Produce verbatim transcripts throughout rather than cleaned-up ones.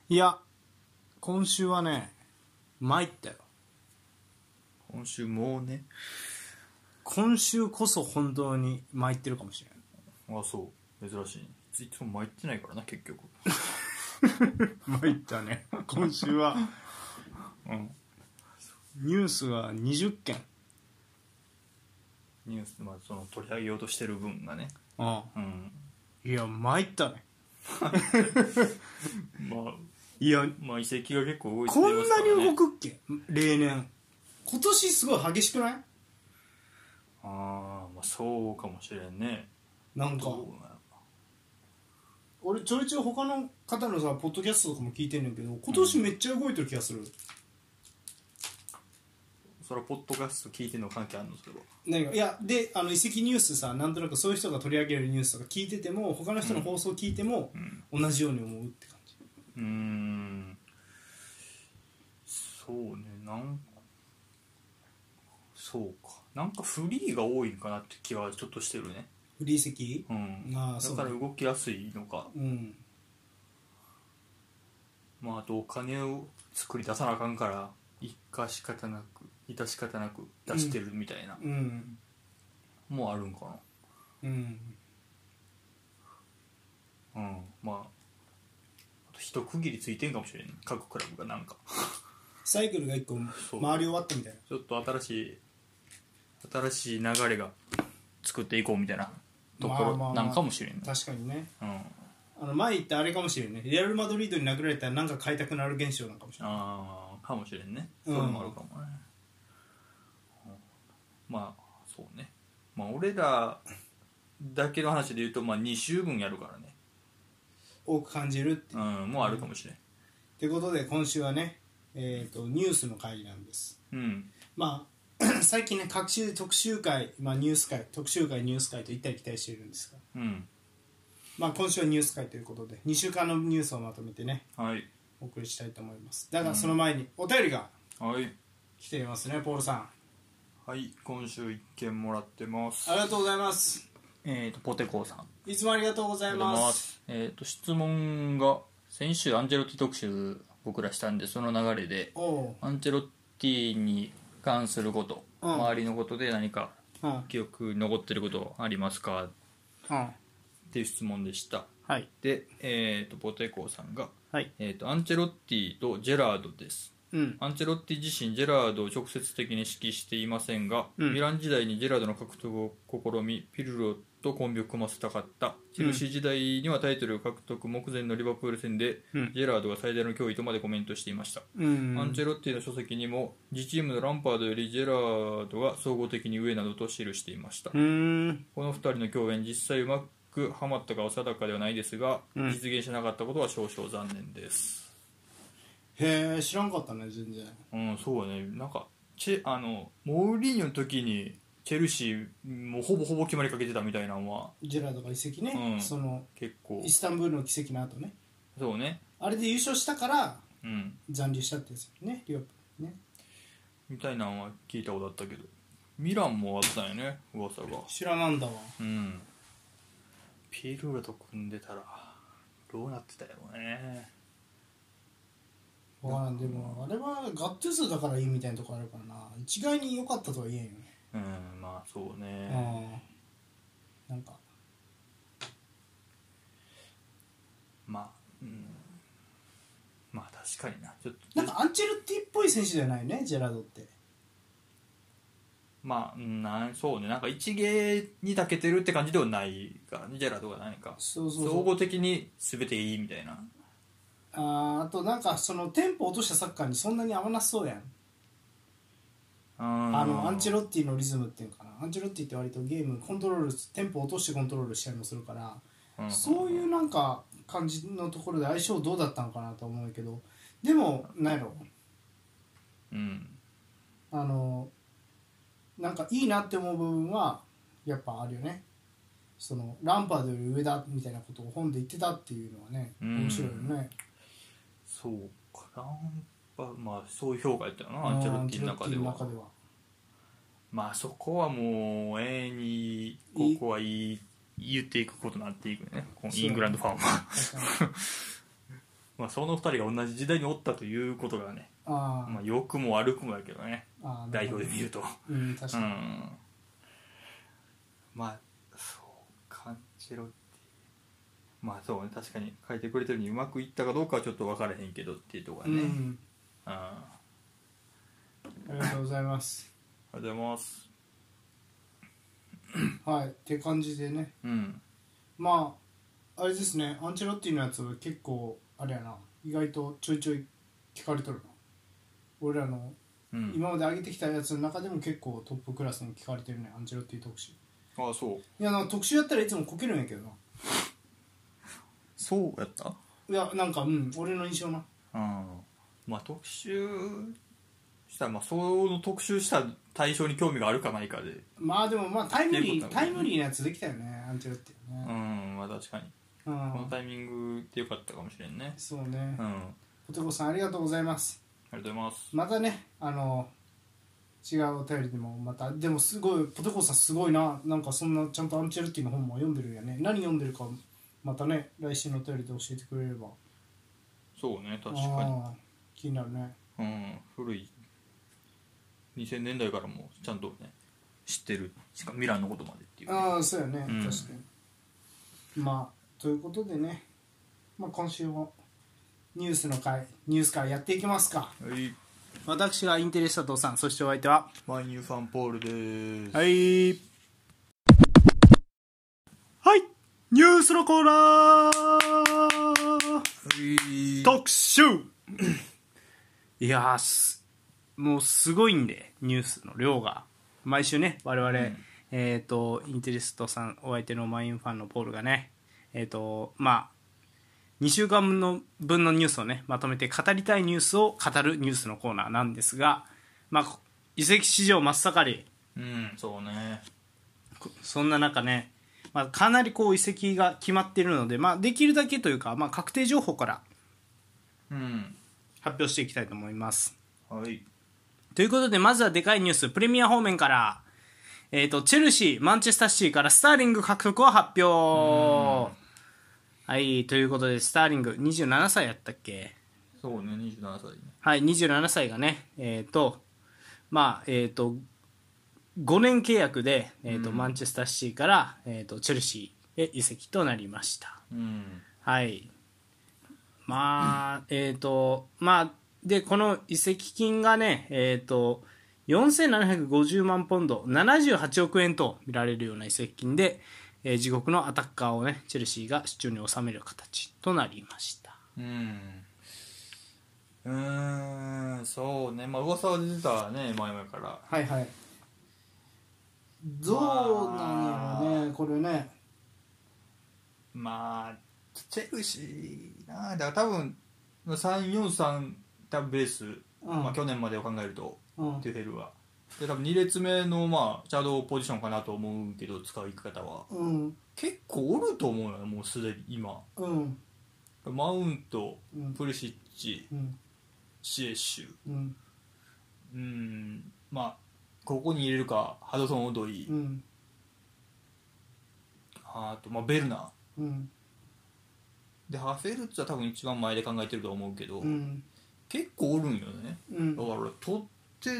いや今週はね参ったよ。 今週もうね。 今週こそ本当に参ってるかもしれない。 あ、そう珍しい。いつも参ってないからな結局参ったね今週は、 うん、 ニュースがにじゅっけん。 ニュース、まあ、その取り上げようとしてる分がね。 ああ、 うん、 いや参ったねまあいやまあ遺跡が結構動いてこんますからね。 なに動くっけ例年。今年すごい激しくない？ ああ、まあそうかもしれんね。 なんかどうなんやろ俺ちょいちょい他の方のさポッドキャストとかも聞いてんねんけど、今年めっちゃ動いてる気がする、うん、 それはポッドキャスト聞いてんの関係あるのそれは。 何かいやであの遺跡ニュースさ、なんとなくそういう人が取り上げるニュースとか聞いてても他の人の放送聞いても、うん、同じように思うって感じ。 うーん、そうね、なんそうか、なんかフリーが多いんかなって気はちょっとしてるね。 フリー遺跡、 うん、 あそうだから動きやすいのか、 うん、 まああとお金を作り出さなあかんから一か仕方なく致し方なく出してるみたいな、 うん、 もうあるんかな。 うんうん、まああと一区切りついてんかもしれん、各クラブがなんかサイクルが一個回り終わったみたいな。 ちょっと新しい新しい流れが作っていこうみたいなところなんかもしれん、ね、 確かにね、 うん、 あの前言ったあれかもしれんね、レアル・マドリードに殴られたらなんか買いたくなる現象なんかもしれない。 ああかもしれんね、 うん、 それもあるかもね、うん、まあそうね、まあ俺らだけの話で言うとまあに週分やるからね、 多く感じるっていう、 うん、もうあるかもしれん、 ということで今週はね、えー、とニュースの会なんです。 うん、 まあ最近ね各種特集会、まあ、ニュース会特集会ニュース会と行ったり来たりしているんですが、 うん、 まあ、今週はニュース会ということでにしゅうかんのニュースをまとめてね、 はい、 お送りしたいと思います。だがその前にお便りがはい来ていますね、ポールさん。 はい、今週一件もらってます。 ありがとうございます。 えーとポテコーさん、 いつもありがとうございます。 えーと質問が先週アンチェロッティ特集僕らしたんで、その流れでおアンチェロッティに関すること、うん、周りのことで何か記憶に残ってることありますか、うん、っていう質問でした、 はい、 で、えーとポテコーさんが、 はいえーとアンチェロッティとジェラードです、 うん、 アンチェロッティ自身ジェラードを直接的に指揮していませんが、 うん、 ミラン時代にジェラードの獲得を試みピルロとコンビを組ませたかった。チェルシー時代にはタイトルを獲得目前のリバプール戦で、うん、ジェラードが最大の脅威とまでコメントしていました、うん、アンチェロッティの書籍にも自チームのランパードよりジェラードが総合的に上などと記していました。このふたりの共演実際うまくハマったかは定かではないですが、うん、実現しなかったことは少々残念です。 へえ、知らんかったね全然。 うん、そうね、なんかチェあのモーリーニョの時にチェルシーもうほぼほぼ決まりかけてたみたいなのはジェラードが移籍ね、うん、その結構イスタンブールの奇跡の後ね、 そうね、 あれで優勝したから、 うん、 残留したってやつね、リバプールねみたいなのは聞いたことあったけど、ミランもあったんよね噂が。 知らなんだわ。 うん、ピルロと組んでたらどうなってたやろうね。 わからん、でもあれはガッツ数だからいいみたいなとこあるからな、一概に良かったとは言えんよね。 うん、まあそうね、 うん、なんかまあ、うん、まあ確かにな、ちょっとなんかアンチェロッティっぽい選手じゃないねジェラードって。 まあな、そうね、なんか一芸に長けてるって感じではないからね、ジェラードが何かそうそうそう総合的に全ていいみたいな。 あ, あとなんかそのテンポ落としたサッカーにそんなに合わなそうやん。あのアンチェロッティのリズムっていうかな、アンチェロッティって割とゲームコントロールテンポ落としてコントロールしたりもするから、うん、そういうなんか感じのところで相性どうだったのかなと思うけど、でもなんやろ、 うん、 あのなんかいいなって思う部分はやっぱあるよね。そのランパードより上だみたいなことを本で言ってたっていうのはね、面白いよね。 そうか、ランパまあそういう評価やったよな、アンチェロッティの中で は, 中ではまあそこはもう永遠にここはいい言っていくことになっていくね、このイングランドファンはまあ、そのふたりが同じ時代におったということがね、 あ、 まあ、良くも悪くもやけどね、 あ代表で見ると、 うん、確かに、 うん、まあそうカンチェロッティ、まあそうね、確かに書いてくれてるにうまくいったかどうかはちょっと分からへんけどっていうところがね、うん、 あありがとうございますありがとうございますはいって感じでね、 うん、 まああれですね、アンチェロッティのやつ結構あれやな、意外とちょいちょい聞かれとるな。俺らの今まで上げてきたやつの中でも結構トップクラスに聞かれてるね、アンチェロッティ特集。 ああそう。 いやなんか特集やったらいつもこけるんやけどな。 そうやった？ いやなんかうん俺の印象な。 うん、まあ特集したらまあその特集した対象に興味があるかないかで、 まあでもまあタイムリー、ね、タイムリーなやつできたよね、アンチェロッティはね。 うんまあ確かに、うん、このタイミングでよかったかもしれんね。 そうね、 うん、 ポテコさんありがとうございます。 ありがとうございます。 またねあの違うお便りでもまた、でもすごいポテコさんすごいな、なんかそんなちゃんとアンチェロッティの本も読んでるんやね。何読んでるかまたね来週のお便りで教えてくれれば。 そうね確かに気になるね。 うん古いにせんねんだいからもちゃんとね知ってる、しかもミランのことまでっていう、ね、 ああそうやね、 うん、 確かに。まあということでね、まあ、今週もニュースの回ニュース会やっていきますか。 はい、 私がインテリスタトさん、そしてお相手はマイニューファンポールです。 はいはいニュースのコーナー、はい、特集いやーもうすごいんでニュースの量が毎週ね我々、うん、えっ、ー、とインテリストさんお相手のマインファンのポールがねえっ、ー、とまあにしゅうかんの分のニュースをねまとめて語りたいニュースを語るニュースのコーナーなんですが、まあ移籍市場真っ盛り、 うんそうね、 そんな中ね、まあ、かなりこう移籍が決まっているので、まあ、できるだけというか、まあ、確定情報から発表していきたいと思います、 うん、はい。 ということでまずはでかいニュース、プレミア方面から、えーと、チェルシーマンチェスターシティからスターリング獲得を発表。はい、ということでスターリングにじゅうななさいやったっけ。 そうねにじゅうななさいね。 はいにじゅうななさいがねえっ、ー、とまあえっ、ー、とごねん契約で、えーとうん、マンチェスターシティから、えーと、チェルシーへ移籍となりました、 うん、 はいまあえっ、ー、とまあでこの移籍金がねえっ、ー、とよんせんななひゃくごじゅうまんポンドななじゅうはちおくえんと見られるような移籍金で、えー、自国のアタッカーをねチェルシーが手中に収める形となりました。 うんうーんそうね、まあ噂は出てたね前々から。 はいはい、どうなんやろねこれね。 まあチェルシーなだから多分さんよんさん多分ベース、うんまあ、去年までを考えると、うん、テュフェルはで多分に列目のまあシャドウポジションかなと思うけど使う方は、うん、結構おると思うよねもうすでに今、うん、マウント、うん、プリシッチ、うん、シエッシュ、うん、うんまあここに入れるかハドソン・オドイ、うん、あと、まあ、ベルナー、うん、でハフェルツは多分一番前で考えてると思うけど、うん、結構おるんよね、うん、だから取って、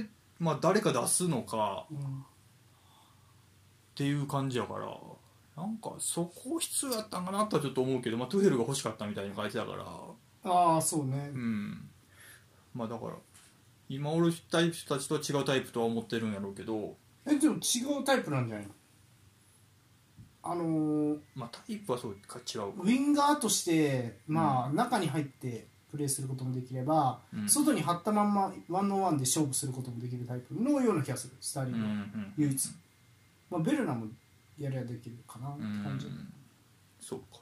まあ、誰か出すのか、うん、っていう感じやからなんかそこ必要やったんかなとはちょっと思うけど、まあ、トゥヘルが欲しかったみたいに書いてたからああそうねうんまあだから今おるタイプたちとは違うタイプとは思ってるんやろうけどえでも違うタイプなんじゃないの。あのー、 まあタイプはそうか違うか。 ウィンガーとしてまあ、うん、中に入ってプレーすることもできれば、うん、外に張ったまんまワンオンワンで勝負することもできるタイプのような気がするスターリングは、うんうん、唯一、まあ、ベルナもやりゃできるかなって感じ、うん、 そうか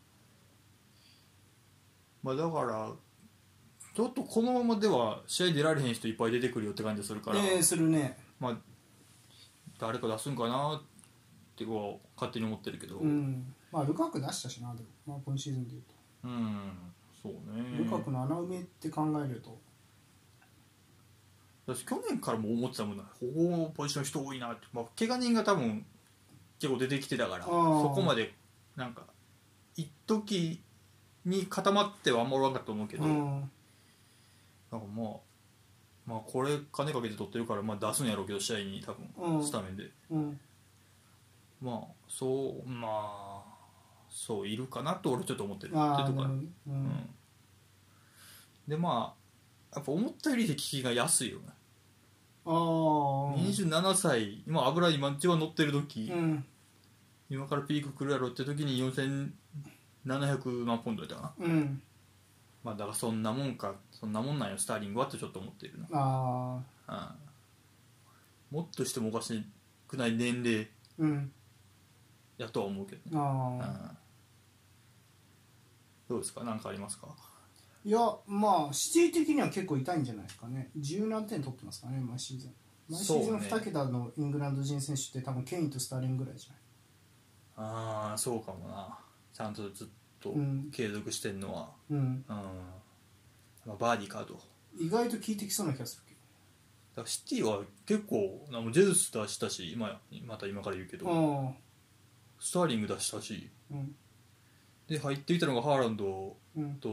まあだからちょっとこのままでは試合出られへん人いっぱい出てくるよって感じするから、 えー、するね。 まあ誰か出すんかなってこう勝手に思ってるけど、 うん、まあルカク出したしなでも、まあ、今シーズンでいうと、 うん、そうね。 ルカクの穴埋めって考えると、 私去年からも思ってたもんな、ここのポジション人多いなって、まあ怪我人が多分結構出てきてたから、そこまでなんか一時に固まってはあんまおらんかったと思うけど、 うん、 なんかまあまあこれ金かけて取ってるからまあ出すんやろうけど試合に多分、うん、スタメンで、うん、まあそうまあそういるかなと俺ちょっと思ってるっていうところ、うんうん、でまあやっぱ思ったよりで利きが安いよね。あにじゅうななさい今油今一番乗ってる時、うん、今からピーク来るやろって時によんせんななひゃくまんポンドやったかな、うん、まあだからそんなもんかそんなもんなんよスターリングはってちょっと思ってるな。あ、うん、もっとしてもおかしくない年齢、うん、やとは思うけど、ね、あ、うん、どうですか何かありますか。 いやまあシティ的には結構痛いんじゃないですかね。十何点取ってますかね毎シーズン。毎シーズンに桁のイングランド人選手って多分ケインとスターリングぐらいじゃない。 ああそうかもな。ちゃんとずっと継続してんのは、うんうん、まあ、バーディーカード意外と効いてきそうな気がするけど。 だからシティは結構なんかジェズス出したし 今また今から言うけどスターリング出したし、うん、で入ってきたのがハーランドと、うん、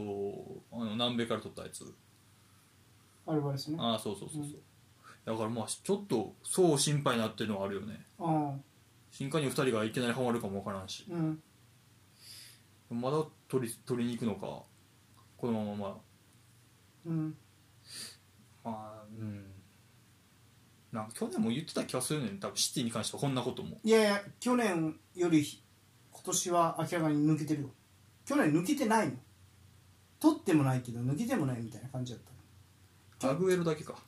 あの南米から取ったやつアルバレスね。 ああそうそうそうそう、うん、だからまあちょっとそう心配なっていうのはあるよね。あ新加入ふたりがいきなりハマるかもわからんし、うん、まだ取り、取りに行くのかこのまままあうんまあうんなんか去年も言ってた気がするねん多分シティに関してはこんなことも。 いやいや去年より今年は明らかに抜けてるよ。去年抜けてないの。取ってもないけど抜けてもないみたいな感じだった。 アグエロだけか。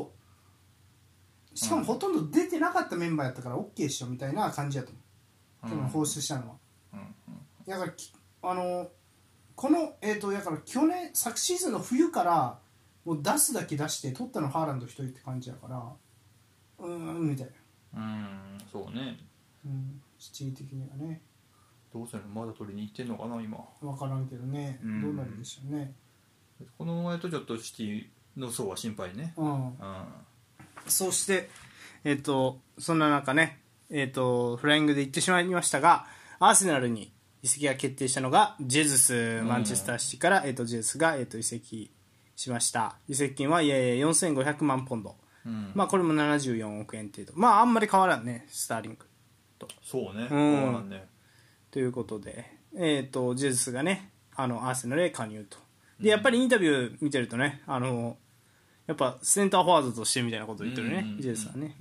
そうしかもほとんど出てなかったメンバーやったから OK っしょみたいな感じやと思う、うん、去年放出したのは、うんうん、だからあのこのえっ、ー、とだから去年昨シーズンの冬からもう出すだけ出して取ったのハーランド一人って感じやからうーんみたいな。うんそうね、 うん、シティ的にはねどうするのまだ取りに行ってんのかな今分からんけどね、うん、どうなるでしょうね。 このままやとちょっとシティの層は心配ね、うんうん、 そしてえっ、ー、とそんな中ねえっ、ー、とフライングで行ってしまいましたがアーセナルに移籍が決定したのがジェズスマンチェスターシティから、えー、とジェズスが、えー、と移籍しました。移籍金はよんせんごひゃくまんポンド、うんまあ、これもななじゅうよんおくえん程度。まああんまり変わらんねスターリングと。 そうね、うん、変わらんねということで、えー、とジェズスがねあのアーセナルへ加入と。でやっぱりインタビュー見てるとねあのやっぱセンターフォワードとしてみたいなことを言ってるね、うんうんうん、ジェズスはね、うん、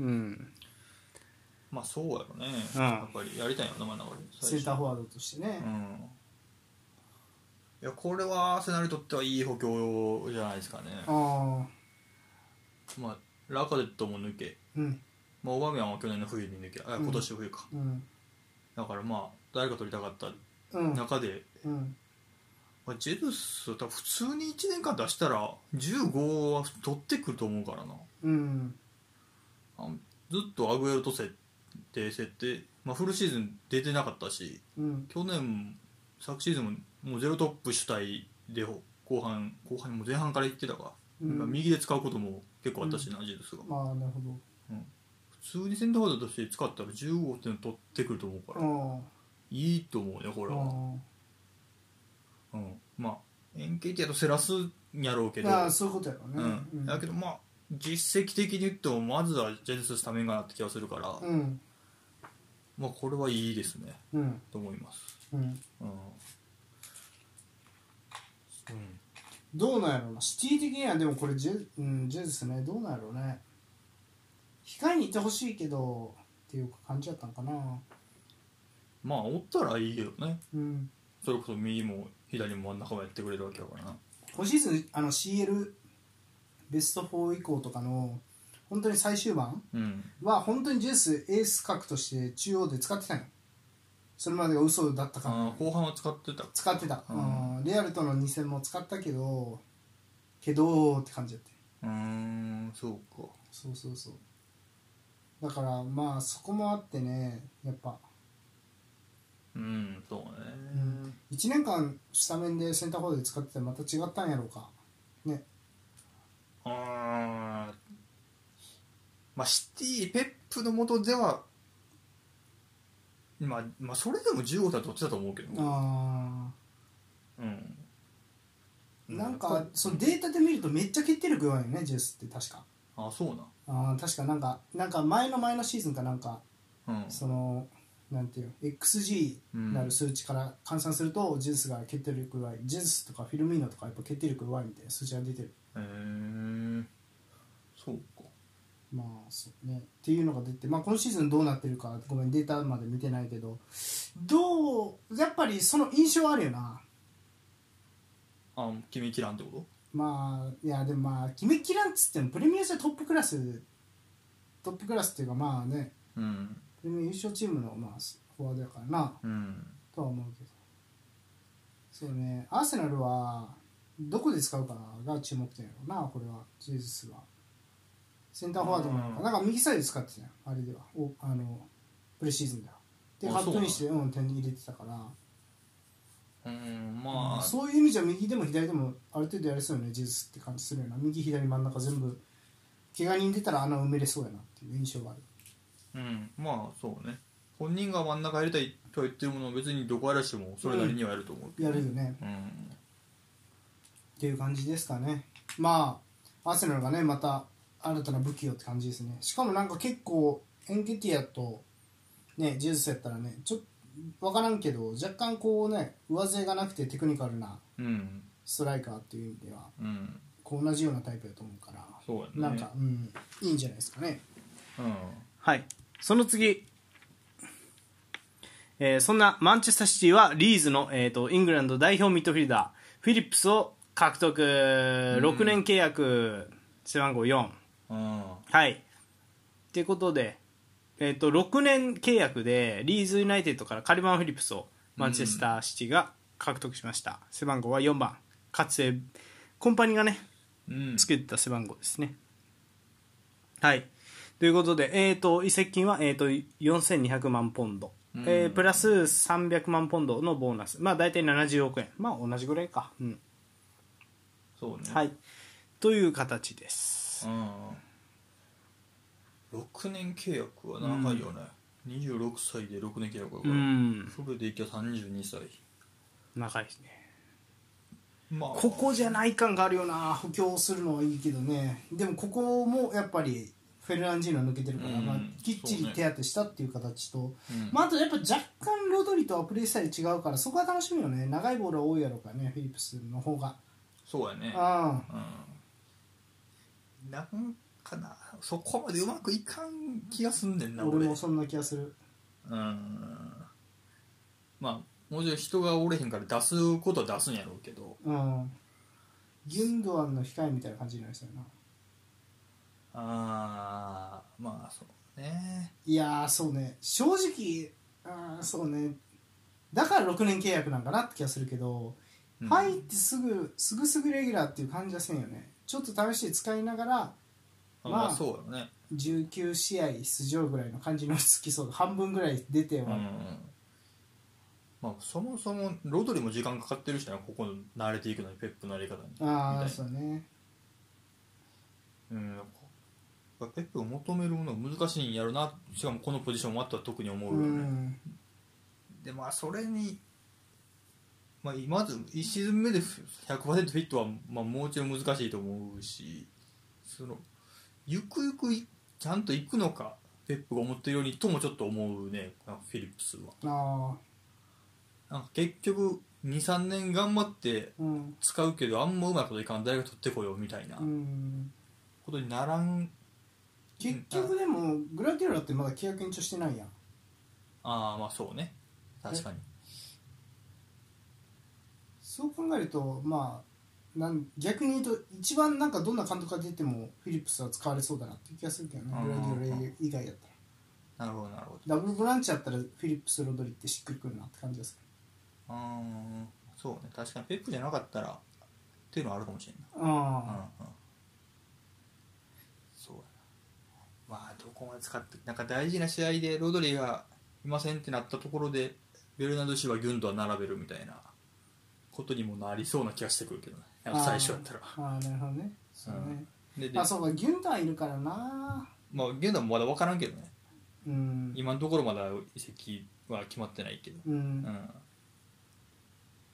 まあそうやろね、うん、やっぱりやりたいよな真ん中でセンターフォワードとしてね、うん、 いやこれはアーセナルにとってはいい補強じゃないですかね。あまあラカデットも抜け、うんまあ、オバメヤンは去年の冬に抜けあ今年冬か、うん、だからまあ誰か取りたかった中で、うんうんまあ、ジェズス多分普通にいちねんかん出したらじゅうごは取ってくると思うからな、うん、あずっとアグエロと設定設定、まあ、フルシーズン出てなかったし、うん、去年昨シーズンももうゼロトップ主体で後半後半も前半からいってたか、うん、右で使うことも結構あったしな、うん、ジェズスが、 まあなるほど、 うん、普通にセンターフォワードとして使ったらじゅうごてん取ってくると思うからいいと思うねこれは。うん、まあエンケーティやとセラスんやろうけどあそういうことやろうね、 うんうん、だけどまあ実績的に言ってもまずはジェズススタメンかなって気がするから、うん、まあこれはいいですね、うん、と思います、うんうんうん、 どうなんやろうなシティ的にはでもこれジェ、うん、ジェズスねどうなんやろうね控えにいてほしいけどっていう感じだったのかな。 まあおったらいいけどね、うん、それこそ右も左も真ん中もやってくれるわけだからな。 今シーズンあの シーエル ベストフォー以降とかの本当に最終盤は本当にジェズスエース格として中央で使ってたの。それまでが嘘だったから、 あ後半は使ってた使ってた、うん、レアルとのに戦も使ったけどけどって感じだった。 うーんそうかそうそうそうだからまあそこもあってねやっぱうんそうね、 うん、いちねんかんスタメンでセンターフォワードで使ってたらまた違ったんやろうかね。 あまあシティペップの下ではまあ、まあそれでもじゅうごたい取ってたと思うけどあ、うん、 なんかそのデータで見るとめっちゃ決定力弱いよねジュースって確か。 あそうなあ確かなんかなんか前の前のシーズンかなんか、 うん、 そのなんていう エックスジー なる数値から換算すると、うん、ジュースが決定力弱い、ジュースとかフィルミーノとかやっぱ決定力弱いみたいな数値が出てる。 へえそうか。 まあそうねっていうのが出て、まあ今シーズンどうなってるかごめんデータまで見てないけど、どうやっぱりその印象あるよな。 あ決めきらんってこと？ まあいやでもまあ決めきらんっつってもプレミアじゃトップクラストップクラスっていうかまあね、 うん、 プレミア優勝チームのまあフォワードやからな、 うん、 とは思うけど、そうねアーセナルはどこで使うかが注目点やろうな。これはジェズスはセンターフォワードもなんか右サイド使ってたよあれではおあのプレシーズンではでカットにしてうん点に入れてたから、 うんまあ、 うん、そういう意味じゃ右でも左でもある程度やれそうよねジェズスって感じするよな。右左真ん中全部怪我人出たら穴埋めれそうやなっていう印象がある。 うんまあそうね、本人が真ん中やりたいとは言ってるものを別にどこやらしてもそれなりにはやると思う、 うん、やるよね、うん、っていう感じですかね。まあアーセナルがねまた新たな武器をって感じですね。しかもなんか結構エンケティアとねジェズスやったらねちょっと分からんけど若干こうね上背がなくてテクニカルなストライカーっていう意味では、うん、こう同じようなタイプだと思うから、 そうやね、 なんか、うん、いいんじゃないですかね、 うん、 はい。その次、えー、そんなマンチェスターシティはリーズの、えー、とイングランド代表ミッドフィルダーフィリップスを獲得、うん、ろくねん契約背番号よん、うん、はいということで、えー、とろくねん契約でリーズユナイテッドからカリバン・フィリップスをマンチェスターシティが獲得しました、うん、背番号はよんばん、かつてコンパニーがね、うん、つけてた背番号ですね。はいということで、えー、と移籍金は、えー、とよんせんにひゃくまんポンド、うんえー、プラスさんびゃくまんポンドのボーナス、まあ大体ななじゅうおくえん、まあ同じぐらいか、うん、 そうね、 はいという形です、 うんろくねん契約は長いよね、うん、にじゅうろくさいでろくねん契約だから、うん、それでいきゃさんじゅうにさい長いですね、 まあ、 ここじゃない感があるよな。補強するのはいいけどね、でもここもやっぱりフェルナンジーノ抜けてるから、うんまあ、きっちり手当てしたっていう形と、ねうんまあ、あとやっぱ若干ロドリとはプレースタイル違うからそこは楽しみよね。長いボールは多いやろうからねフィリップスの方が。 そうやね、 あ、 うん、なんかなそこまでうまくいかん気がすんねんな。 俺もそんな気がする。 うんまあもちろん人がおれへんから出すことは出すんやろうけど、 うん、ギュンドアンの控えみたいな感じになりそうやな。 あーまあそうね。 いやーそうね正直あそうねだからろくねん契約なんかなって気がするけど、うん、入ってすぐすぐすぐレギュラーっていう感じはせんよね。ちょっと試して使いながらまあ、まあ、そうよねじゅうきゅうしあい出場ぐらいの感じに落ち着きそう。半分ぐらい出ては、うんまあ、そもそもロドリも時間かかってるしな、ここ慣れていくのにペップのやり方に。 ああそうね、 うん、ペップを求めるものが難しいんやろな。しかもこのポジションもあったら特に思うよね、うん、でまあそれに、まあ、まずいちシーズン目で ひゃくパーセント フィットは、まあ、もうちょい難しいと思うし、そのゆくゆくちゃんといくのかペップが思ってるようにともちょっと思うねフィリップスは。 あなんか結局 にさんねん頑張って使うけど、うん、あんまうまいこといかん誰が取ってこようみたいなことにならん。 結局でもグラディオラってまだ契約延長してないやん。 ああまあそうね確かに。 そう考えるとまあなん逆に言うと一番なんかどんな監督が出てもフィリップスは使われそうだなっていう気がするけどね、グラディオラ以外やったら。なるほどなるほど。 ダブルボランチやったらフィリップスロドリってしっくりくるなって感じでする。 ああそうね確かにペップじゃなかったらっていうのはあるかもしれない。ああ、うんうん、そうやな。まあどこまで使ってなんか大事な試合でロドリがいませんってなったところでベルナード氏はギュンドは並べるみたいなことにもなりそうな気がしてくるけどね、最初やったら。 ああなるほどね。そうね、うん、でであそうかギュンドはいるからな。 まあギュンドはまだ分からんけどね、 うん、 今のところまだ移籍は決まってないけど、うんうん、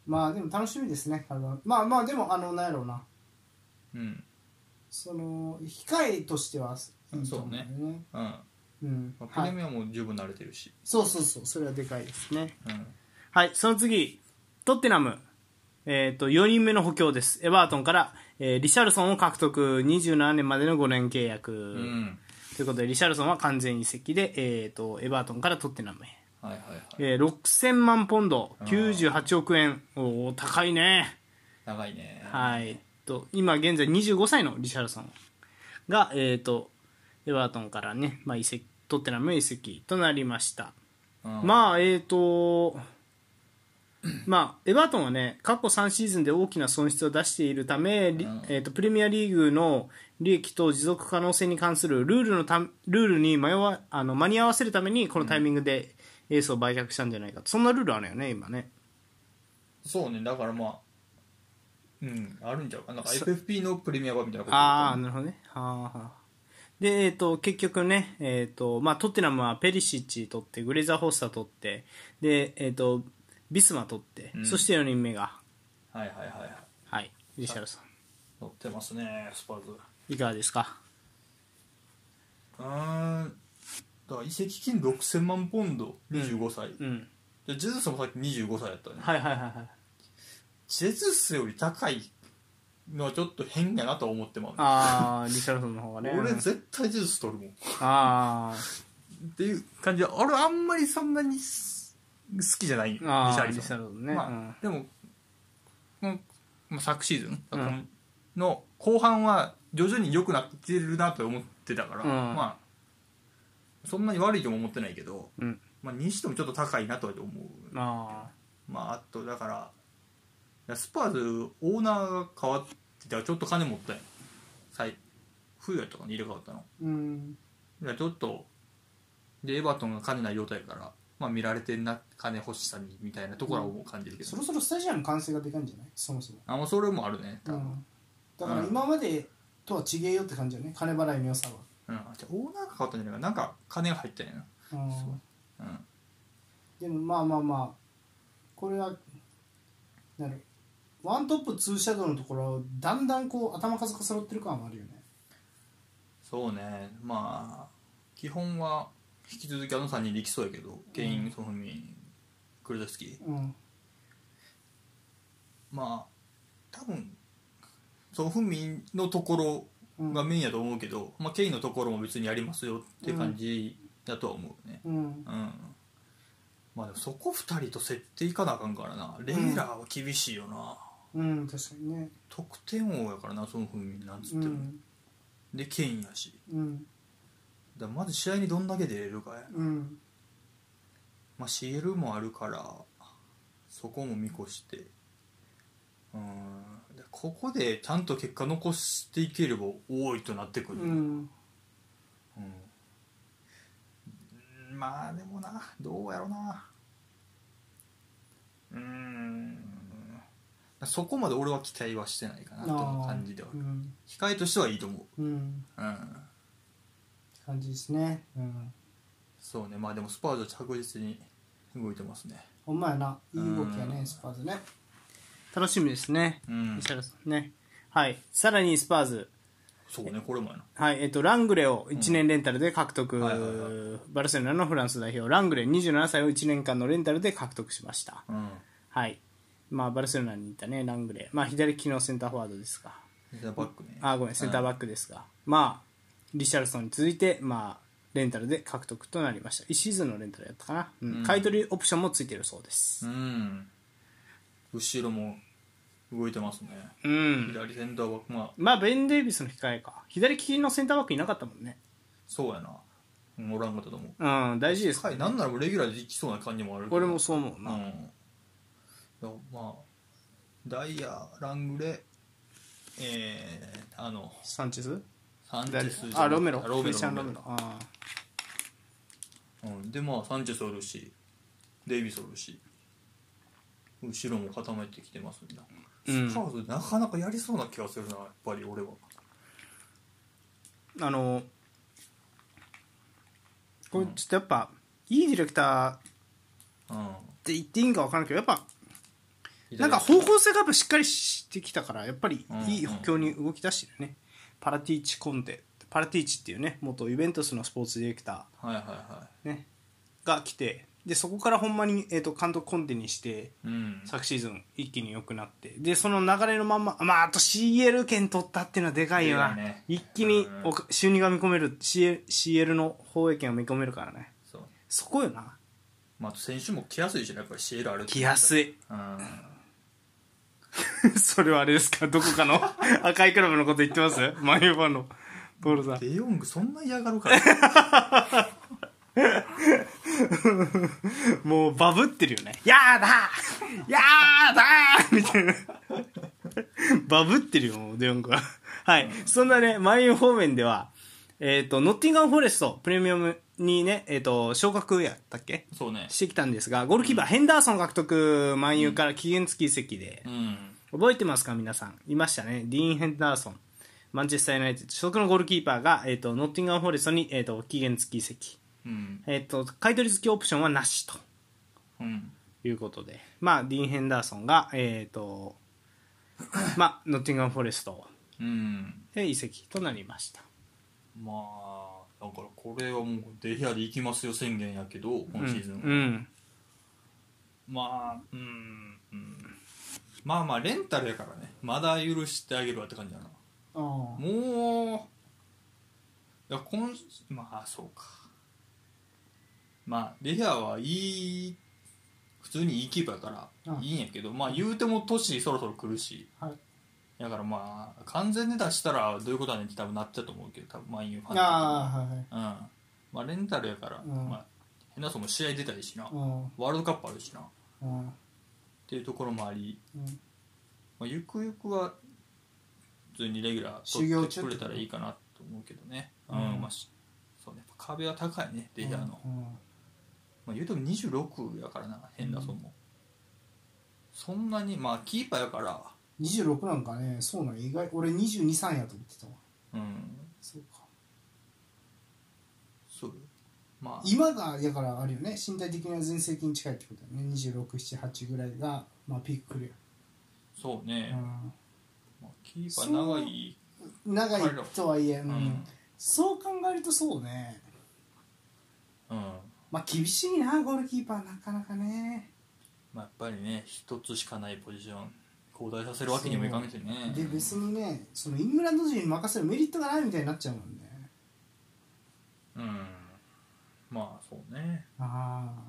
まあでも楽しみですね。あのまあまあでもあのなんやろうな、 うん、 その控えとしてはいいと思そうね、うんうんまあ、プレミアも十分慣れてるし、 そうそうそう、それはでかいですね。 うん、 はい、その次トッテナム、えー、とよにんめの補強です。エバートンから、えーリシャルソンを獲得、にじゅうななねんまでのごねん契約、 うん、 ということでリシャルソンは完全移籍で、えー、とエバートンからトッテナムへ、 はいはいはい、 えー、ろくせんまんポンドきゅうじゅうはちおくえん、おー高いね。 長いね。 はい、と今現在にじゅうごさいのリシャルソンが、えー、とエバートンからね、まあ、移籍トッテナムへ移籍となりました。 うん、 まあえーとまあ、エバートンはね過去さんシーズンで大きな損失を出しているため、うんえー、とプレミアリーグの利益と持続可能性に関するルールのたルールに迷わあの間に合わせるためにこのタイミングでエースを売却したんじゃないかと、そんなルールあるよね今ね。 そうね、だからまあうんあるんちゃうかなんか エフエフピー のプレミア版みたいなことああなるほどね。はあはあで、えー、と結局ね、えーとまあ、トッテナムはペリシッチ取ってグレザー・ホッサー取ってで、えー、とビスマ取って、うん、そしてよにんめがはいはいはいはいはいリシャルソン取ってますね。スパーズいかがですか。 うーんだから移籍金ろくせんまんポンドにじゅうごさい、うんうん、でジェズスもさっきにじゅうごさいやったね。 はいはいはいはい。 ジェズスより高いのはちょっと変やなと思ってまう、ね、 ああリシャルソンの方がね俺絶対ジェズス取るもんああっていう感じで俺あんまりそんなに好きじゃないリシャルソン、ねまあうん、でも、まあ、昨シーズン、うん、の後半は徐々に良くなってるなと思ってたから、うん、まあそんなに悪いとも思ってないけど、うんまあ、にしてもちょっと高いなとは思う。あまああとだからスパーズオーナーが変わってたらちょっと金持ったんや最冬やったかに入れ替わったの、うん、ちょっとでエバートンが金ない状態やから、まあ、見られてんな金欲しさにみたいなところはもう感じるけど、 うん、そろそろスタジアム完成がでかいんじゃないそもそも。 あもうそれもあるね多分、うん、 だから今までとは違えよって感じよね金払いの良さは、 うん、じゃあオーナーが変わったんじゃないかなんか金が入ったんやな、うんそううん、でもまあまあまあこれはなるワントップツーシャドウのところだんだんこう頭数が揃ってる感はあるよね。 そうねまあ基本は引き続きあのさんにんでいきそうやけど、うん、ケイン、ソフミン、クルザスキー、うん、まあ多分ソフミンのところがメインやと思うけど、うんまあ、ケインのところも別にやりますよって感じだとは思うね、うんうんまあ、でもそこふたりと競っていかなあかんからな。レイラーは厳しいよな。 うん、確かにね。 得点王やからなそのふうになんつっても、うん、でケインやし、うん、だまず試合にどんだけ出れるかやな、うんまあ、シーエル もあるからそこも見越してうんでここでちゃんと結果残していければ多いとなってくる、うんうん、まあでもなどうやろなうーんそこまで俺は期待はしてないかなという感じでは、うん、控えとしてはいいと思う、うんうん、 感じですね、うん、 そうねまあでもスパーズは着実に動いてますね。 ほんまやないい動きやね、うん、スパーズね楽しみですね、うん、石原さんね。はいさらにスパーズそうねこれもやなはいえっとラングレをいちねんレンタルで獲得、うんはいはいはい、バルセロナのフランス代表ラングレにじゅうななさいをいちねんかんのレンタルで獲得しました、うんはいまあ、バルセロナにいたねラングレー、まあ、左利きのセンターフォワードですがセンターバックねあごめんセンターバックですが、うん、まあリシャルソンに続いて、まあ、レンタルで獲得となりました。いちシーズンのレンタルやったかな、うんうん、買い取りオプションもついているそうです、うん、 後ろも動いてますね、うん、左センターバック、まあ、 まあベン・デイビスの控えか左利きのセンターバックいなかったもんね。 そうやなおらんかったと思う、 うん、大事です、 ね、なんならレギュラーでいきそうな感じもあるけど俺もそう思うな、うんまあ、ダイヤ、ラングレ、えー、あのサンチェスサンチェスあロメロロメロロメロあ、 うん、でまあサンチェスおるしデイビスおるし後ろも固めてきてますんだ、うん、スパーズなかなかやりそうな気がするなやっぱり俺はあのこれちょっとやっぱ、うん、いいディレクターって言っていいんか分からんけどやっぱなんか方向性がやっぱしっかりしてきたからやっぱりいい補強に動き出してるね、うんうん、パラティーチコンテパラティーチっていうね元ユベントスのスポーツディレクター、はいはいはいね、が来てでそこからほんまに、えー、と監督コンテにして、うん、昨シーズン一気に良くなってでその流れのまんま、まあ、あと シーエル 権取ったっていうのはでかいよな、ね、一気にお収入が見込める シーエル, シーエル の放映権が見込めるからね そ, そこよな、 まあ、選手も来やすいしねやっぱり シーエル あるって来やすい、うんそれはあれですかどこかの赤いクラブのこと言ってますマンユーファンのポールさんデヨングそんな嫌がるからもうバブってるよねやーだーやーだーみたいなバブってるよもうデヨングははい、うん、そんなねマンユー方面ではえっ、ー、とノッティンガムフォレストプレミアムにねえっ、ー、と昇格やったっけそうねしてきたんですがゴールキーパー、うん、ヘンダーソン獲得マンユーから期限付き移籍で、うん、覚えてますか皆さんいましたねディーン・ヘンダーソンマンチェスターユナイテッド所属のゴールキーパーが、えー、とノッティンガムフォレストに、えー、と期限付き移籍、うんえー、と買取付きオプションはなしと、うん、いうことで、まあ、ディーン・ヘンダーソンが、えーとまあ、ノッティンガムフォレストで移籍となりました、 まあだからこれはもうデヒアで行きますよ宣言やけど今シーズンは、うんうん、まあうん、うん、まあまあレンタルやからねまだ許してあげるわって感じだなあもういや今まあそうかまあデヒアはいい普通にいいキーパーやからいいんやけど、まあ言うても年そろそろ来るし、はい、だからまあ完全に出したらどういうことだねって多分なっちゃうと思うけど多分マンユーファンとかあ、はいはいうんまあ、レンタルやから、うんまあ、変なそも試合出たりしな、うん、ワールドカップあるしな、うん、っていうところもあり、うんまあ、ゆくゆくは普通にレギュラー取ってくれたらいいかなと思うけどね、うんうんまあ、そうね壁は高いねデヒアの、うんうんまあ、言うてもにじゅうろくやからなヘンダーソンも、うん、そんなにまあキーパーやからにじゅうろくなんかねそうなん意外俺にじゅうに、さんやと思ってたわうんそうかそうまあ今がだからあるよね身体的な全盛期に近いってことだよねにじゅうろく、なな、はちぐらいが、まあ、ピークくるよそうね、うんまあ、キーパー長い長いとはいえ、うんうん、そう考えるとそうねうんまあ厳しいなゴールキーパーなかなかねまあやっぱりね一つしかないポジション交代させるわけにもいかないしねで別にねそのイングランド人に任せるメリットがないみたいになっちゃうもんねうんまあそうねああ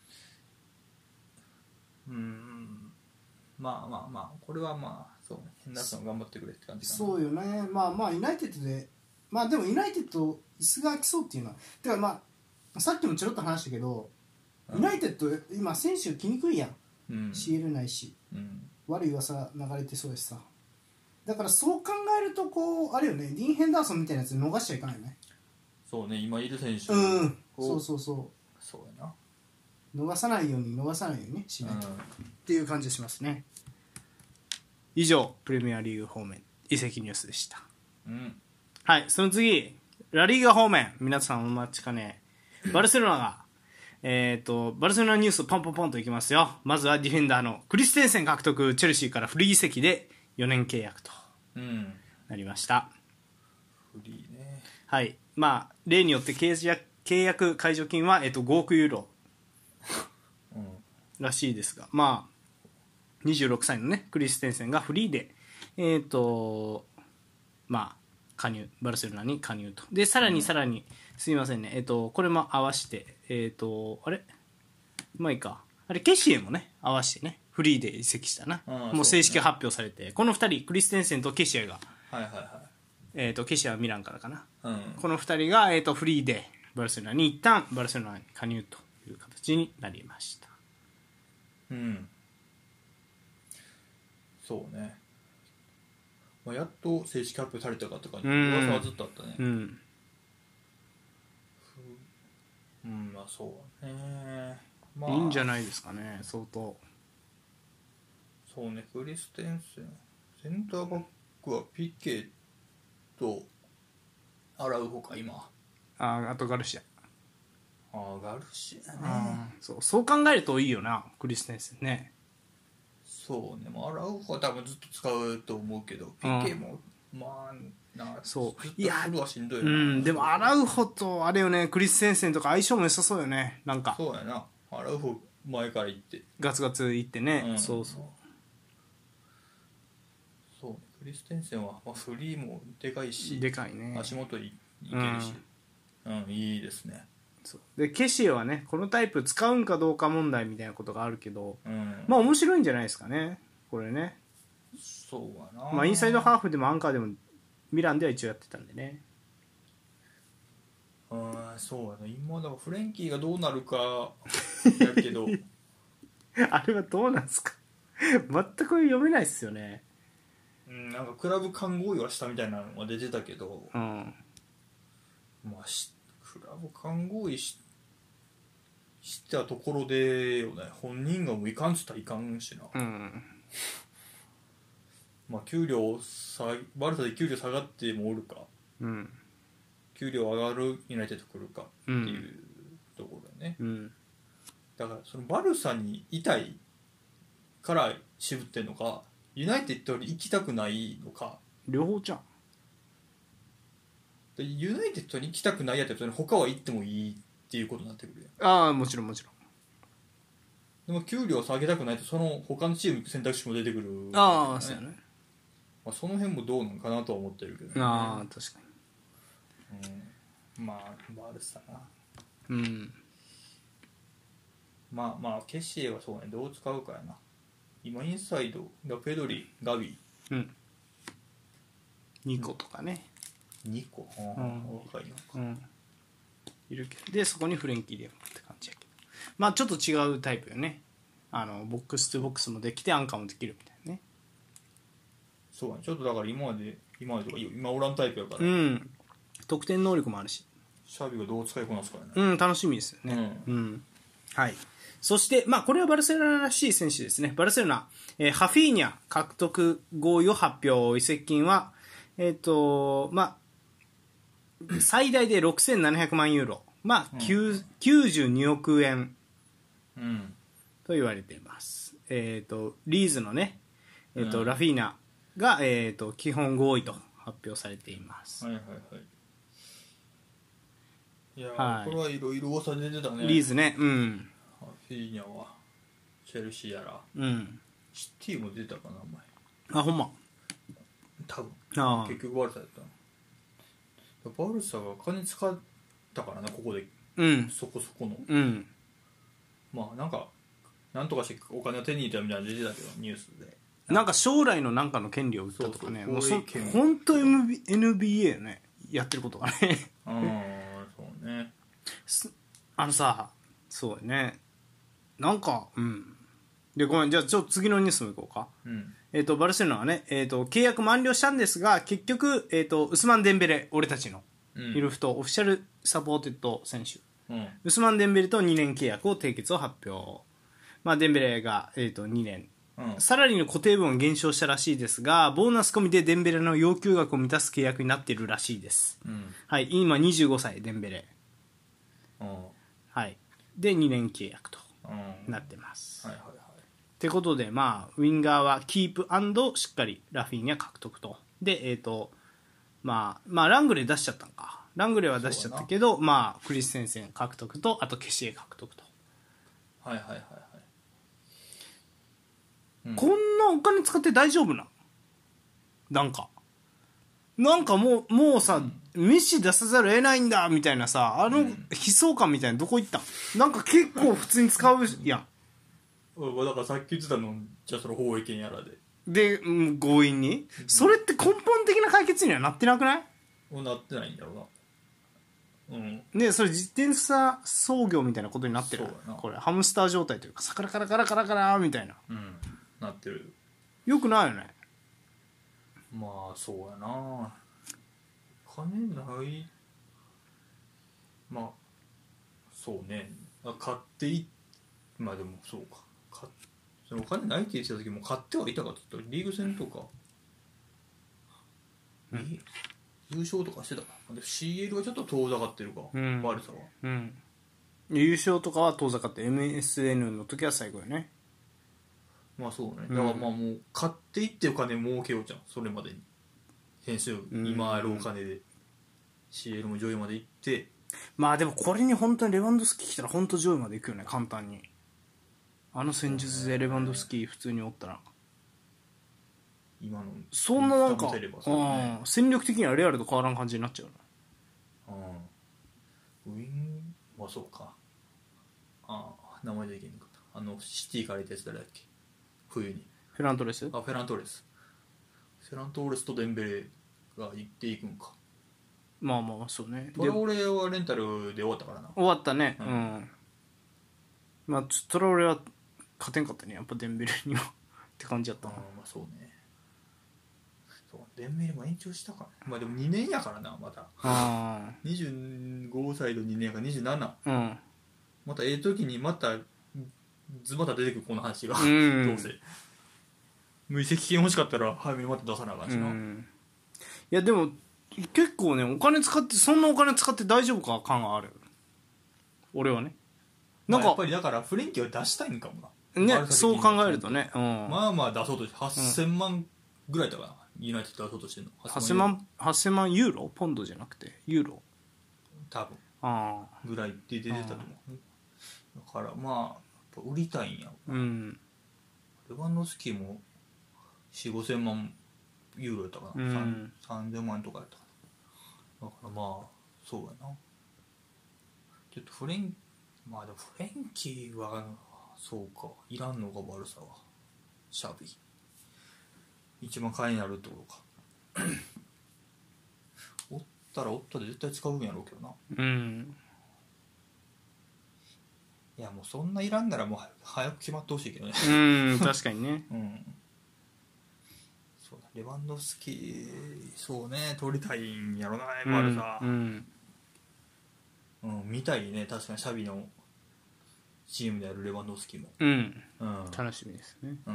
うんまあまあまあこれはまあそうねヘンダーソン頑張ってくれって感じかなそうよねまあまあユナイテッドでまあでもユナイテッド椅子が空きそうっていうのはてかまあさっきもちょろっと話したけど、うん、ユナイテッド今選手来にくいやん、うん、シーエル ないし、うん悪い噂流れてそうですさだからそう考えるとこうあれよねディーン・ヘンダーソンみたいなやつ逃しちゃいかないよねそうね今いる選手うんそうそうそうそうやな逃さないように逃さないようにねしないと、うん、っていう感じがしますね以上プレミアリーグ方面移籍ニュースでした、うん、はいその次ラリーガ方面皆さんお待ちかねバルセロナがえー、とバルセロナニュースポンポンポンといきますよまずはディフェンダーのクリステンセン獲得チェルシーからフリー移籍でよねん契約となりました、 うん、フリーねはいまあ例によって契約、契約解除金は、えー、とごおくユーロ、うん、らしいですがまあにじゅうろくさいのねクリステンセンがフリーでえっ、ー、とまあ加入バルセロナに加入とでさらにさらに、うん、すいませんねえっ、ー、とこれも合わせてえっ、ー、とあれまあいいかあれケシエもね合わせてねフリーで移籍したなもう正式発表されて、ね、このふたりクリステンセンとケシエが、はいはいはいえー、とケシエはミランからかな、うん、このふたりが、えー、とフリーでバルセロナに一旦バルセロナに加入という形になりましたうんそうね、まあ、やっと正式発表されたかとか噂はずっとあったねうんうんまあそうね、まあ、 いいんじゃないですかね相当そうねクリステンセンセンターバックはピケとアラウホか今ああとガルシアあガルシアねそうそう考えるといいよなクリステンセンねそうね、まあ、アラウホは多分ずっと使うと思うけど、ピケもまあなそうずっとフルはしんどいような。 んでもアラウホとあれよね、クリス・センセンとか相性も良さそうよね。なんかそうやな、アラウホ前から行ってガツガツいってね、 うんそうそうそうね、クリステンセンは、まあ、フリーもでかいしでかいね。 足元いいけるし、うん、うん、いいですね。 そうでケシエはね、このタイプ使うんかどうか問題みたいなことがあるけど、 うん、 まあ面白いんじゃないですかねこれね。 そうやな、 まあインサイドハーフでもアンカーでもミランでは一応やってたんでね。 うん、そうやな、今だからフレンキーがどうなるかやけどあれはどうなんですか全く読めないっすよね。 うん、なんかクラブ間合意はしたみたいなのが出てたけど、 うん、 まあ、しクラブ間合意ししたところでよね、本人がもういかんっつったらいかんしな、 うん、 まあ、給料さバルサで給料下がってもおるか、 うん、 給料上がるユナイテッド来るかっていうところだね、 うん、 だからそのバルサにいたいから渋ってんのか、ユナイテッドに行きたくないのか、 両方じゃん。 でユナイテッドに行きたくないやったらそれ他は行ってもいいっていうことになってくるやん。 ああもちろんもちろん。 でも給料を下げたくないとその他のチーム選択肢も出てくる、 ああそうやね。 まあ、その辺もどうなんかなとは思ってるけど、ね、 ああ確かうん、まあバルサな、 に。うんまあまあケシエはそうね、どう使うかやな。今インサイドがペドリ、ガビ、 うんにことかね、 にこ、 うん、 若いのか、 うん、いるけど、でそこにフレンキーでって感じやけど、まあちょっと違うタイプよね。あのボックスとボックスもできてアンカーもできるみたいなね。 そうね、ちょっとだから今まで今までとか今おらんタイプやから、 うん、得点能力もあるし、 シャビがどう使いこなすかやね、 うん楽しみですよね。うん、うん、はい。そして、まあ、これはバルセロナらしい選手ですね。バルセロナ、えー、ハフィーニャ獲得合意を発表。移籍金は、えっと、まあ、最大でろくせんななひゃくまんユーロ。まあ、うん、きゅうじゅうにおくえんと言われています。えっと、リーズのね、えっと、うん、ラフィーナが、えっと、基本合意と発表されています。 はいはいはい。いやー、はい、これはいろいろ噂出てたね。 リーズね、うん。 ハフィーニャはチェルシーやら、 うん、 シティも出たかな前。あほんま。 多分あ結局バルサやったの。バルサが金使ったからなここで、 うん、 そこそこの、 うん、 まあなんかなんとかしてお金を手に入れたみたいなの出てたけどニュースでなんか将来のなんかの権利を売ったとかね。 そうそう、もうそ本当 エヌビーエー ねやってることがねああそうねあのさそうやねなんかうんでごめんじゃあちょっと次のニュースもいこうか、 うんえー、とバルセロナはね、えー、と契約満了したんですが結局、えー、とウスマン・デンベレ俺たちのイルフト、うん、オフィシャルサポーテッド選手、うん、ウスマン・デンベレとにねん契約を締結を発表、まあ、デンベレが、えー、とにねん、うん、サラリーの固定分を減少したらしいですがボーナス込みでデンベレの要求額を満たす契約になっているらしいです、うんはい、今にじゅうごさいデンベレ、うんはい、でにねん契約となってます、はいはいはいってことで、まあ、ウィンガーはキープ&しっかりラフィーニャ獲得と。で、えっ、ー、と、まあ、まあ、ラングレー出しちゃったのか。ラングレーは出しちゃったけど、まあ、クリステンセン獲得と、あとケシエ獲得と。 はいはいはいはい。 うん、こんなお金使って大丈夫ななんか。なんかもう、もうさ、うん、メッシ出さざるを得ないんだみたいなさ、あの悲壮感みたいなどこ行ったんなんか結構普通に使うやん。 だからさっき言ってたのじゃあその放映権やらでで、うん、強引に、うん、それって根本的な解決にはなってなくない？ なってないんだろうな。うんねそれ自転車操業みたいなことになってる。これハムスター状態というかサカラカラカラカラカラみたいな、 うん、なってる。 よくないよね。 まあそうやな金ないまあそうね買っていまあでもそうかそのお金ないって言ってた時も買ってはいたかって言ったらリーグ戦とか、うん、優勝とかしてたか シーエル はちょっと遠ざかってるか、うん、バルサは、 うん、優勝とかは遠ざかって エムエスエヌ の時は最後よね。 まあそうね、だからまあもう買っていってお金儲けようじゃん、それまでに編集、今あるお金で シーエル も上位まで行って。 まあでもこれに本当にレバンドフスキー来たら本当上位まで行くよね、簡単に。あの戦術でレバンドフスキー普通におったら今のそんななんか、 ね、 うん、戦力的にはレアルと変わらん感じになっちゃうな。うん、ウィンはそうか、ああ名前でいけんかった、あのシティからいたやつ誰だっけ、冬にフェラントレス、 あフェラントレスフェラントレスとデンベレが行っていくんか。 まあまあそうね。 トラオレはレンタルで終わったからな。 終わったね。 うん、うん、まあトラオレは勝てんかったね、やっぱデンベレにはって感じやったな。 あまあそうね。そうデンベレも延長したからね。まあでもにねんやからな、まだ。あにじゅうごさいとにねんやからにじゅうなな。うん。またええ時にまたズバタ出てくるこの話が、うん、どうせ無移籍金欲しかったら早めにまた出さなあかんしな。うん、 いやでも結構ね、お金使ってそんなお金使って大丈夫か感がある。俺はね。 なんか、まあ、やっぱりだからフレンキーは出したいんかもな。ね、そう考えるとね。うん、 まあまあ出そうとしてはっせんまんぐらいだから、ユナイテッド出そうとしてるの。 はっせんまん、はっせんまんユーロ？ポンドじゃなくてユーロ。 多分。ああ。ぐらいって出てたと思う。だからまあ売りたいんや。うん。レバンドフスキーもよん、ごせんまんユーロやったかな。うん、さんぜんまんとかやったかな。だからまあそうやな。ちょっとフレンまあでもフレンキーはそうかいらんのか悪さはシャビ一番買いになるってことかおったらおったで絶対使うんやろうけどな。うんいやもうそんないらんならもう早く決まってほしいけどね。 うん確かにね。うんそうだレバンドフスキーそうね取りたいんやろなエマルさ、うんうんうん、見たいね確かにシャビのチームであるレバンドフスキーも、 うんうん、楽しみですね、うん、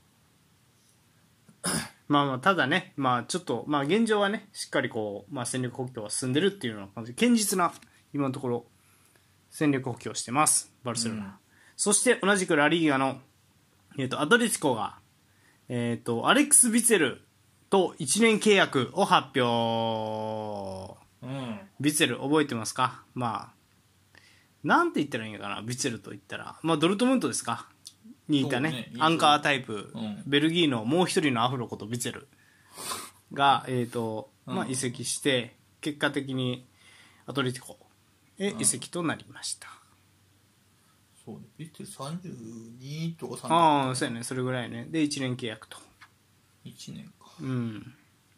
まあまあただねまあちょっとまあ現状はねしっかりこう、まあ、戦力補強は進んでるっていうような感じで堅実な今のところ戦力補強してますバルセロナ、うん、そして同じくラリーガの、えー、とアトレティコが、えー、とアレックス・ビツェルといちねん契約を発表、うん、ビツェル覚えてますか。まあなんて言ったらいいのかな、ビツェルと言ったら、まあ、ドルトムントですかにいた ね, ねアンカータイプ、うん、ベルギーのもう一人のアフロことビツェルが、えーとまあ、移籍して、うん、結果的にアトレティコへ移籍となりました、 うん、そうねビツェルさんじゅうにとかさんじゅうああそうやねそれぐらいねでいちねん契約といちねんかうん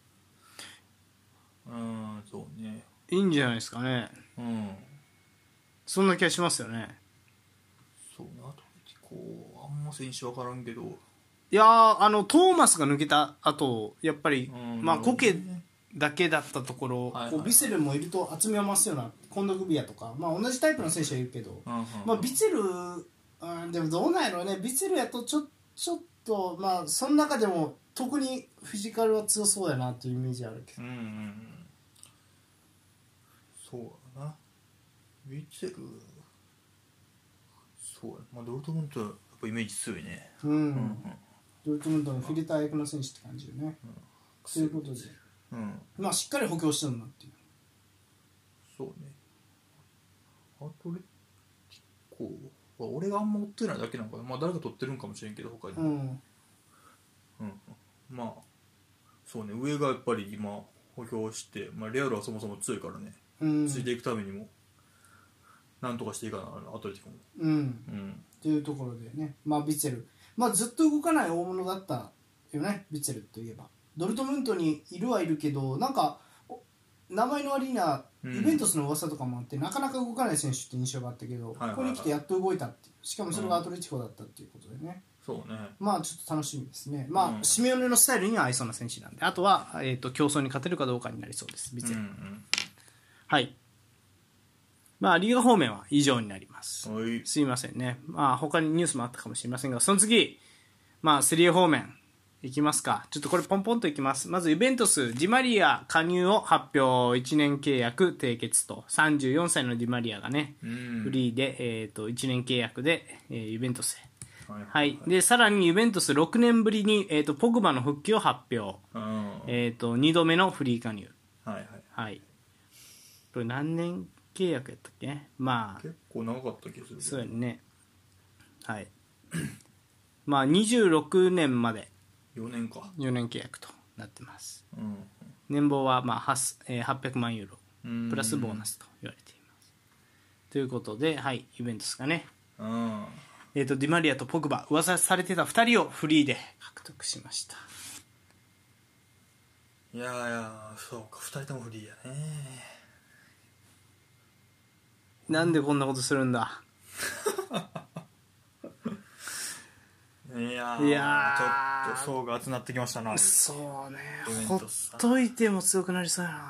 うんそうねいいんじゃないですかねうんそんな気がしますよね。 そうね、あとこうあんま選手分からんけど。 いやーあのトーマスが抜けた後やっぱり、うん、まあコケだけだったところ、はいはい、こうビセルもいると厚みを増すようなコンドグビアとか、まあ、同じタイプの選手はいるけど、うんうんまあ、ビツェル、うん、でもどうなんやろうねビツェルやとちょちょっとまあその中でも特にフィジカルは強そうやなというイメージあるけど、うんうん、 そうだなビツェルそうや、まあ、ドルトムントはやっぱイメージ強いね、うんうんうん、 ドルトムントのフィルター役の選手って感じよね、うん、ということで、うん、まあしっかり補強してるなっていうそうねアトレティコは俺があんま追ってないだけなのかな、まあ誰か取ってるんかもしれんけど他に、うんうんうん、まあそうね上がやっぱり今補強して、まあ、レアルはそもそも強いからね、うん、ついていくためにもなんとかしていいかなアトレティコもうん、うん、 というところでねまあビツェルまあずっと動かない大物だったよねビツェルといえばドルトムントにいるはいるけどなんか名前の割にはイベントスの噂とかもあって、うん、なかなか動かない選手って印象があったけど、はいはいはい、ここに来てやっと動いたっていうしかもそれがアトレティコだったっていうことでね、 うん、そうねまあちょっと楽しみですねまあ、うん、シメオネのスタイルには合いそうな選手なんであとは、えーと、競争に勝てるかどうかになりそうですビツェル、うんうん、はいまあリーガ方面は以上になります。すいませんね。まあ他にニュースもあったかもしれませんが、その次、まあセリエ方面いきますか。ちょっとこれポンポンといきます。まずユベントス、ディマリア加入を発表、いちねん契約締結と、さんじゅうよんさいのディマリアがね、フリーで、えー、といちねん契約で、えー、ユベントスへ。 はいはいはい、でさらにユベントスろくねんぶりに、えー、とポグバの復帰を発表、えー、とにどめのフリー加入、 はいはいはい、これ何年契約やったっけ。まあ結構長かった気がするけどそうやね。はいまあにじゅうろくねんまでよねんかよねん契約となってます、 うん、 年俸はまあはっぴゃくまんユーロうんプラスボーナスと言われていますということで、はい、ユベントスがね、 うんえー、とディマリアとポグバ噂されてたふたりをフリーで獲得しました。 いやいやそうかふたりともフリーやね。 なんでこんなことするんだいやいやちょっと層が厚なってきましたな。 そうねほっといても強くなりそうやな。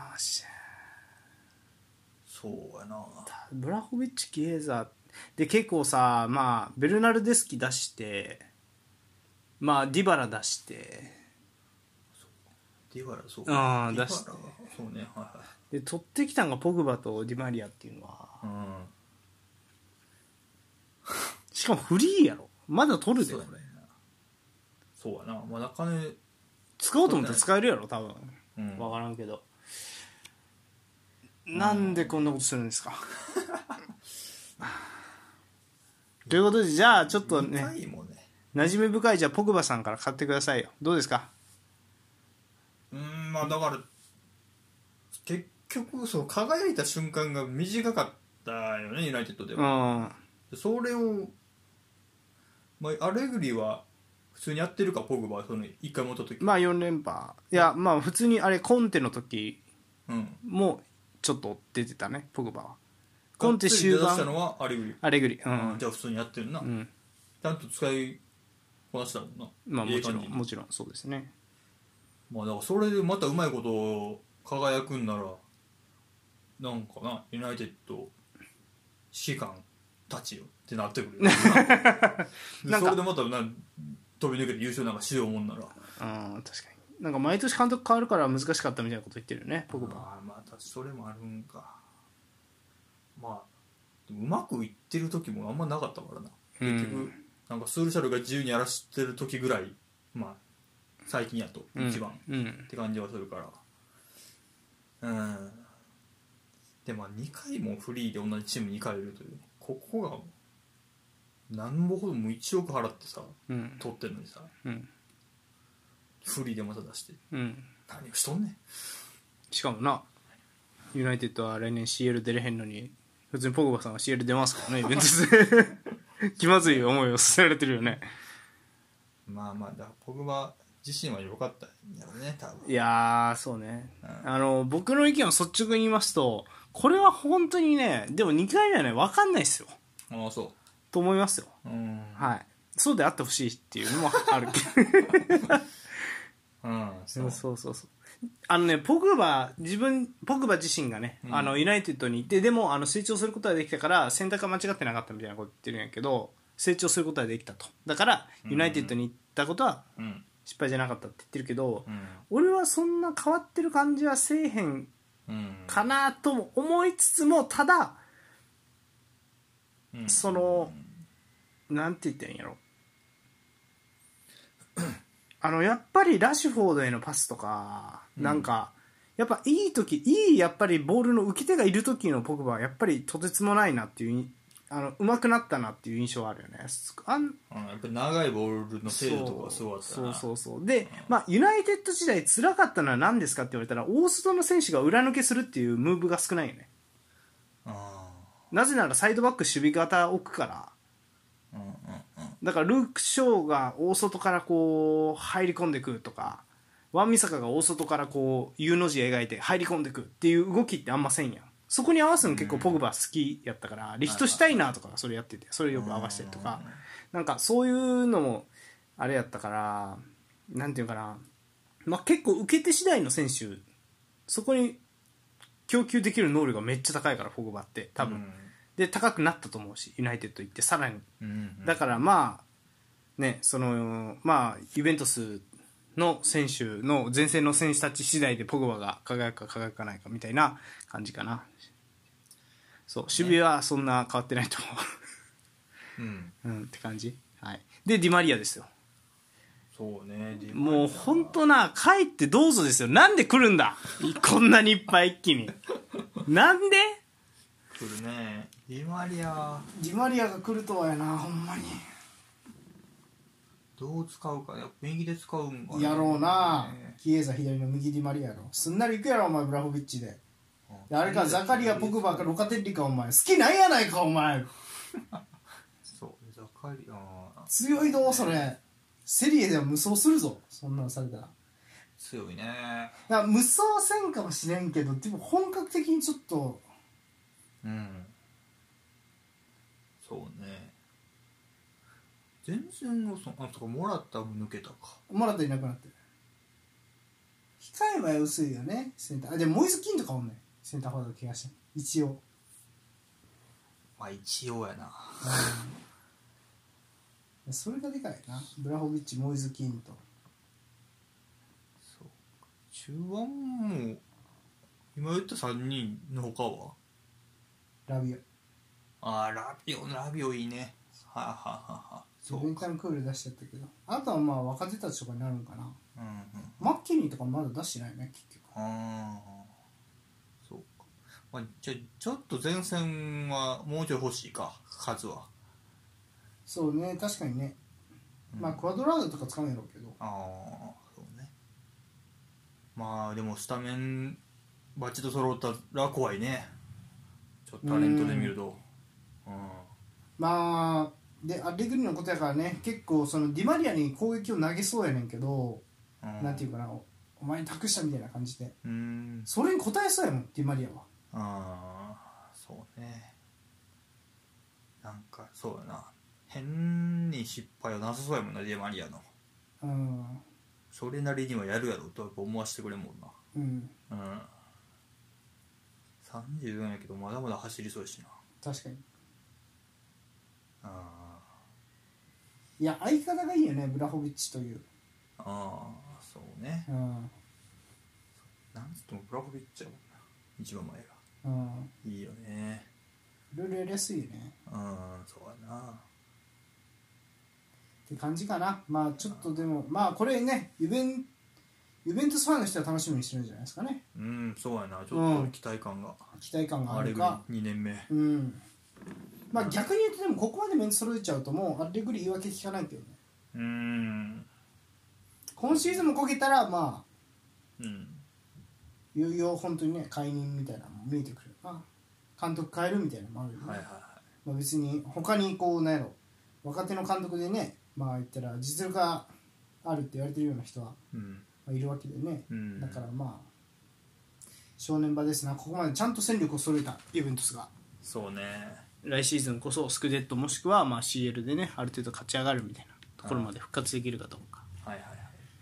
そうやな。 ブラホビッチキエーザで結構さ、まあベルナルデスキ出してまあディバラ出してディバラそうあ出してそうねはいはい。 で取ってきたのがポグバとディマリアっていうのは、うん、しかもフリーやろまだ取るでこれ。 そうやな、まだ金使おうと思ったら使えるやろ多分、うん、分からんけど、うん、なんでこんなことするんですかということでじゃあちょっとね馴染み深いじゃあポグバさんから買ってくださいよ。どうですか。 うーんまあだから結局そう輝いた瞬間が短かったよねユナイテッドでは、うん、それを、まあ、アレグリは普通にやってるかポグバはそのいっかい持った時まあよん連覇いやまあ普通にあれコンテの時もちょっと出てたねポグバは。コンテ終盤出したのはアレグリアレグリ、うん、 じゃあ普通にやってるな、うん、ちゃんと使いこなしたもんな。 まあもちろんもちろんそうですね。 まあだからそれでまたうまいことを輝くんならなんかなユナイテッド指揮官たちよってなってくるよそれでまたな飛び抜けて優勝なんかしようもんならあ確かになんか毎年監督変わるから難しかったみたいなこと言ってるよねポグバ。 あまあそれもあるんか。まあうまくいってる時もあんまなかったからな結局、うん、なんかスールシャルが自由にやらしてる時ぐらいまあ最近やと一番、うんうん、って感じはするからうんでまあにかいもフリーで同じチームにかいいるというここがなんぼほどもいちおく払ってさ、うん、取ってんのにさ、うん、フリーでまた出して、うん、何をしとんねん。 しかもなユナイテッドは来年 シーエル 出れへんのに普通にポグバさんが シーエル 出ますからねイベントで気まずい思いをさせられてるよね。 まあまあだポグバ自身は良かったんやろね多分。 いやそうね、うん、あの僕の意見を率直に言いますとこれは本当にねでもにかいめはね分かんないですよ。 ああそうと思いますよ。うんはいそうであってほしいっていうのもあるけどうんそうそうそうそうあのねポグバ自分ポグバ自身がね、うん、あのユナイテッドに行ってでもあの成長することができたから選択が間違ってなかったみたいなこと言ってるんやけど成長することができたとだからユナイテッドに行ったことは失敗じゃなかったって言ってるけど、うん、俺はそんな変わってる感じはせえへんかなとも思いつつもただ、うん、そのなんて言ったらいいんやろあのやっぱりラッシュフォードへのパスとか、うん、なんかやっぱいい時いいやっぱりボールの受け手がいる時のポグバはやっぱりとてつもないなっていうあの上手くなったなっていう印象はあるよね。あん、 うん、やっぱり長いボールの精度とかすごかったな。 そうそうそうで、うん、まあユナイテッド時代辛かったのは何ですかって言われたら大外の選手が裏抜けするっていうムーブが少ないよね。あなぜならサイドバック守備型置くから、うんうんうん、だからルーク・ショーが大外からこう入り込んでくるとかワンミサカが大外からこう U の字描いて入り込んでくっていう動きってあんませんやん。そこに合わすの結構ポグバ好きやったからリヒトシュタイナーとかがそれやっててそれよく合わせたりとかなんかそういうのもあれやったからなんていうかな、まあ、結構受け手次第の選手そこに供給できる能力がめっちゃ高いからポグバって多分で高くなったと思うしユナイテッド行ってさらにだからまあねそのまあユベントスの選手の前線の選手たち次第でポグバが輝くか輝かないかみたいな感じかな。そう守備はそんな変わってないと思う、うんうん、って感じはい、でディマリアですよ。 そうね、ディマリアもう本当な、帰ってどうぞですよ。なんで来るんだこんなにいっぱい一気になんで来るね、ディマリアディマリアが来るとはやな、ほんまに。 どう使うかね、右で使うんかね、 やろうな、キエザ左の右ディマリアやろ。すんなりいくやろお前、ブラホビッチで。あれか、ザカリア、ポグバかロカテッリか、お前好きなんやないかお前そうザカリア強いどそれ。セリエでは無双するぞ、そんなのされたら。 強いね。 だから無双せんかもしれんけど、でも本格的にちょっと、 うんそうね、全然そあとかもらったも抜けたか、 もらったらいなくなってる。控えは薄いよね、センター。あ、でもモイズ・キンとかおんねん、センターフォワード怪我して一応。 まあ一応やな、 うん、それがでかいな、ブラホビッチ、モイズ・キンと。 そう中盤も今言ったさんにんの他はラビオ、 ああラビオラビオいいね、はあ、はあはあはあ、 そうベンタンクール出しちゃったけど、あとはまあ若手たちとかになるんかな。 うんうん、 マッケニーとかまだ出してないね結局。 ああそうか、まあ、じゃあちょっと前線はもうちょい欲しいか、数は。 そうね、確かにね、 うん、 まあクワドラードとか使うんやろうけど。 ああそうね、まあでもスタメンバッチと揃ったら怖いね、ちょっとタレントで見ると。うん、 まあでアレグリのことやからね、結構そのディマリアに攻撃を投げそうやねんけど、うん、なんていうかな、お, お前に託したみたいな感じで、うん、それに応えそうやもんディマリアは。 ああそうね、なんかそうやな、変に失敗はなさそうやもんなディマリアの。うん、それなりにはやるやろとやっぱ思わせてくれんもんな。うん、うん、さんじゅうよんやけどまだまだ走りそうやしな。 確かに。 あいや相方がいいよね、ブラホビッチという。 ああそうね、うん、なんつってもブラホビッチやもんな、一番前が、うん、いいよね、 いろいろやりやすいよね。 うんそうやなって感じかな。まあちょっとでもまあこれね、ユベンユベントスファンの人は楽しみにしてるんじゃないですかね。 うんそうやな、ちょっと期待感が、 うん、期待感があるか。 にねんめ、 うん、まあ逆に言うとでもここまでメンツ揃えちゃうともうアレグリ言い訳聞かないけどね。うん、今シーズンもこけたらまあ、うん、いよいよ本当にね解任みたいなのも見えてくるな、監督変えるみたいなのもあるよね、はいはいはい、まあ、別に他にこうなんやろ若手の監督でね、まあ言ったら実力があるって言われてるような人は、うんまあ、いるわけでね、うん、だからまあ正念場ですな、ここまでちゃんと戦力を揃えたユベントスが。 そうね、 来シーズンこそスクデットもしくはまあ シーエル でねある程度勝ち上がるみたいなところまで復活できるかどうか、はいはいはい、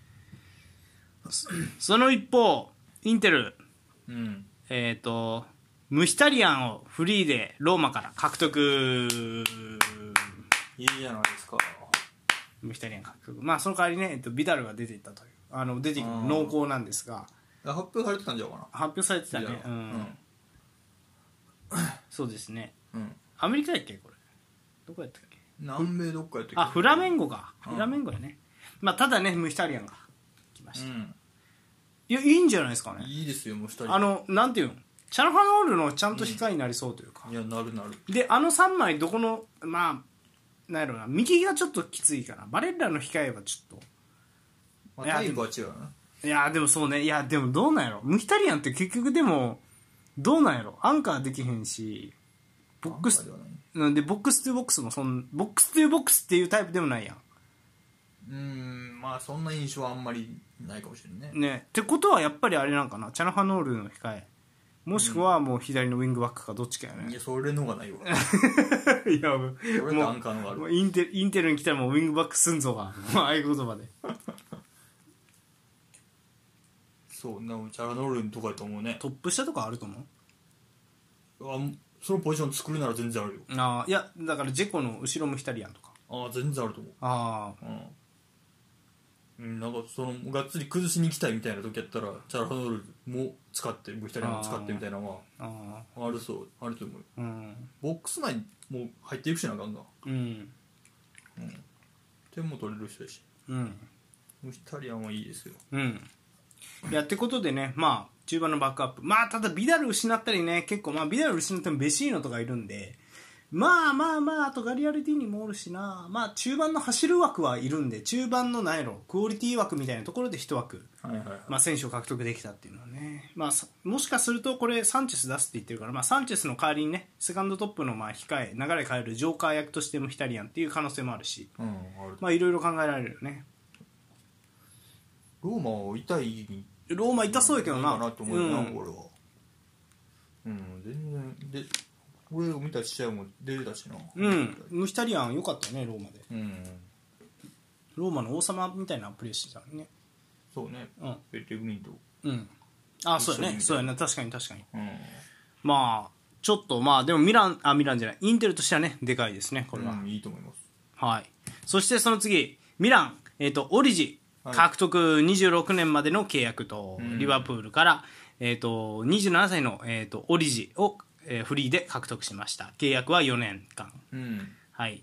その一方インテル、うん、えっ、ー、とムヒタリアンをフリーでローマから獲得。 いいじゃないですか、 ムヒタリアン獲得。まあその代わりね、えっと、ビダルが出ていったという、あの出てくる濃厚なんですが、 発表されてたんじゃないかな。 発表されてたね、うん、うん、そうですね、うん、アメリカやっけこれ、どこやったっけ、 南米どっかやったっけ、 あフラメンゴか、フラメンゴやね、まあただねムヒタリアンが来ました、うん、いやいいんじゃないですかね。 いいですよムヒタリアン、 あのなんていうの、チャルハノールのちゃんと控えになりそうというか、 うん、いやなるなる。 であのさんまいどこのまあなんやろうな、右がちょっときついかな、バレッラの控えはちょっと、 まあ、タイプは違うな。 いやでもそうね、いやでもどうなんやろ、ムヒタリアンって結局でもどうなんやろ、アンカーできへんし、ボックスなんでボックストゥボックスもそんボックストゥボックスっていうタイプでもないやん。 うーんまあそんな印象はあんまりないかもしれないね。 ねってことはやっぱりあれなんかな、チャルハノールの控えもしくはもう左のウィングバックかどっちかやね、うん、 いやそれの方がないわいやもうそれとアンカーのがある、 もうインテル、インテルに来たらもうウィングバックすんぞが合言葉でそうな、チャラノールンとかやと思うね。 トップ下とかあると思う。 あそのポジション作るなら全然あるよ。 あいやだからジェコの後ろムヒタリアンとか、 ああ全然あると思う。 ああうん、なんかそのがっつり崩しに行きたいみたいな時やったらチャラノールンも使ってムヒタリアンも使ってみたいなのは あ, あるそうあると思うよ、うん、ボックス内もう入っていくしなあかんが、うんうん、 点も取れる人だし、 うん、 ムヒタリアンはいいですよ。 うん。いやってことでね、まあ中盤のバックアップ、まあただビダル失ったりね、結構まあビダル失ってもベシーノとかいるんで、まあまあまあ、あとガリアルディーニもおるしな、まあ中盤の走る枠はいるんで、中盤の何やろクオリティ枠みたいなところで一枠、 はいはいはい、 まあ選手を獲得できたっていうのはね、まあもしかするとこれサンチェス出すって言ってるから、まあサンチェスの代わりにね、セカンドトップのまあ控え流れ変えるジョーカー役としてもヒタリアンっていう可能性もあるし、 うん、ある。 まあいろいろ考えられるよね。 ローマは痛いローマ痛そうやけどな。 いいかなと思うな、うん、これは。うん、全然で。俺を見た試合も出てたしな。 うん、ムヒタリアン良かったよね、ローマで。 うん。 ローマの王様みたいなプレーしてたのね。 そうね。 うん。 ペテグミンと。 うん。あ、そうやね。そうやね。確かに確かに。 うん。 まあちょっとまあでもミランあミランじゃないインテルとしてはねでかいですねこれは。 うん、いいと思います。 はい。そしてその次ミランえっ、ー、とオリジ獲得にじゅうろくねんまでの契約と、うん、リバプールからえっ、ー、とにじゅうななさいのえっ、ー、とオリジをえー、フリーで獲得しました。契約はよねんかん、 うん、 はい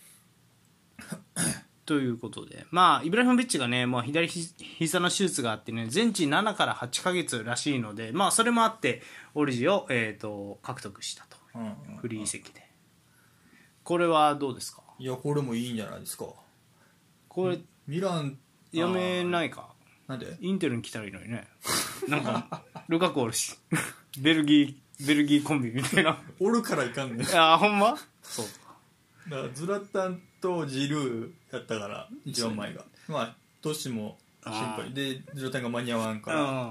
ということで、まあイブラヒモビッチがね、まあ、左膝の手術があってね全治ななからはちかげつらしいので、まあそれもあってオリジを、えー、と獲得したと、うん、フリー移籍で。これはどうですか？ いやこれもいいんじゃないですか。 これミランやめないか？ なんで？ インテルに来たらいいのにね。なんかルカクおるしベルギーベルギーコンビみたいなおるからいかんねん。 あほんま？そうだからズラタンとジルーやったから一番前がまあ年も心配でズラタンが間に合わんから。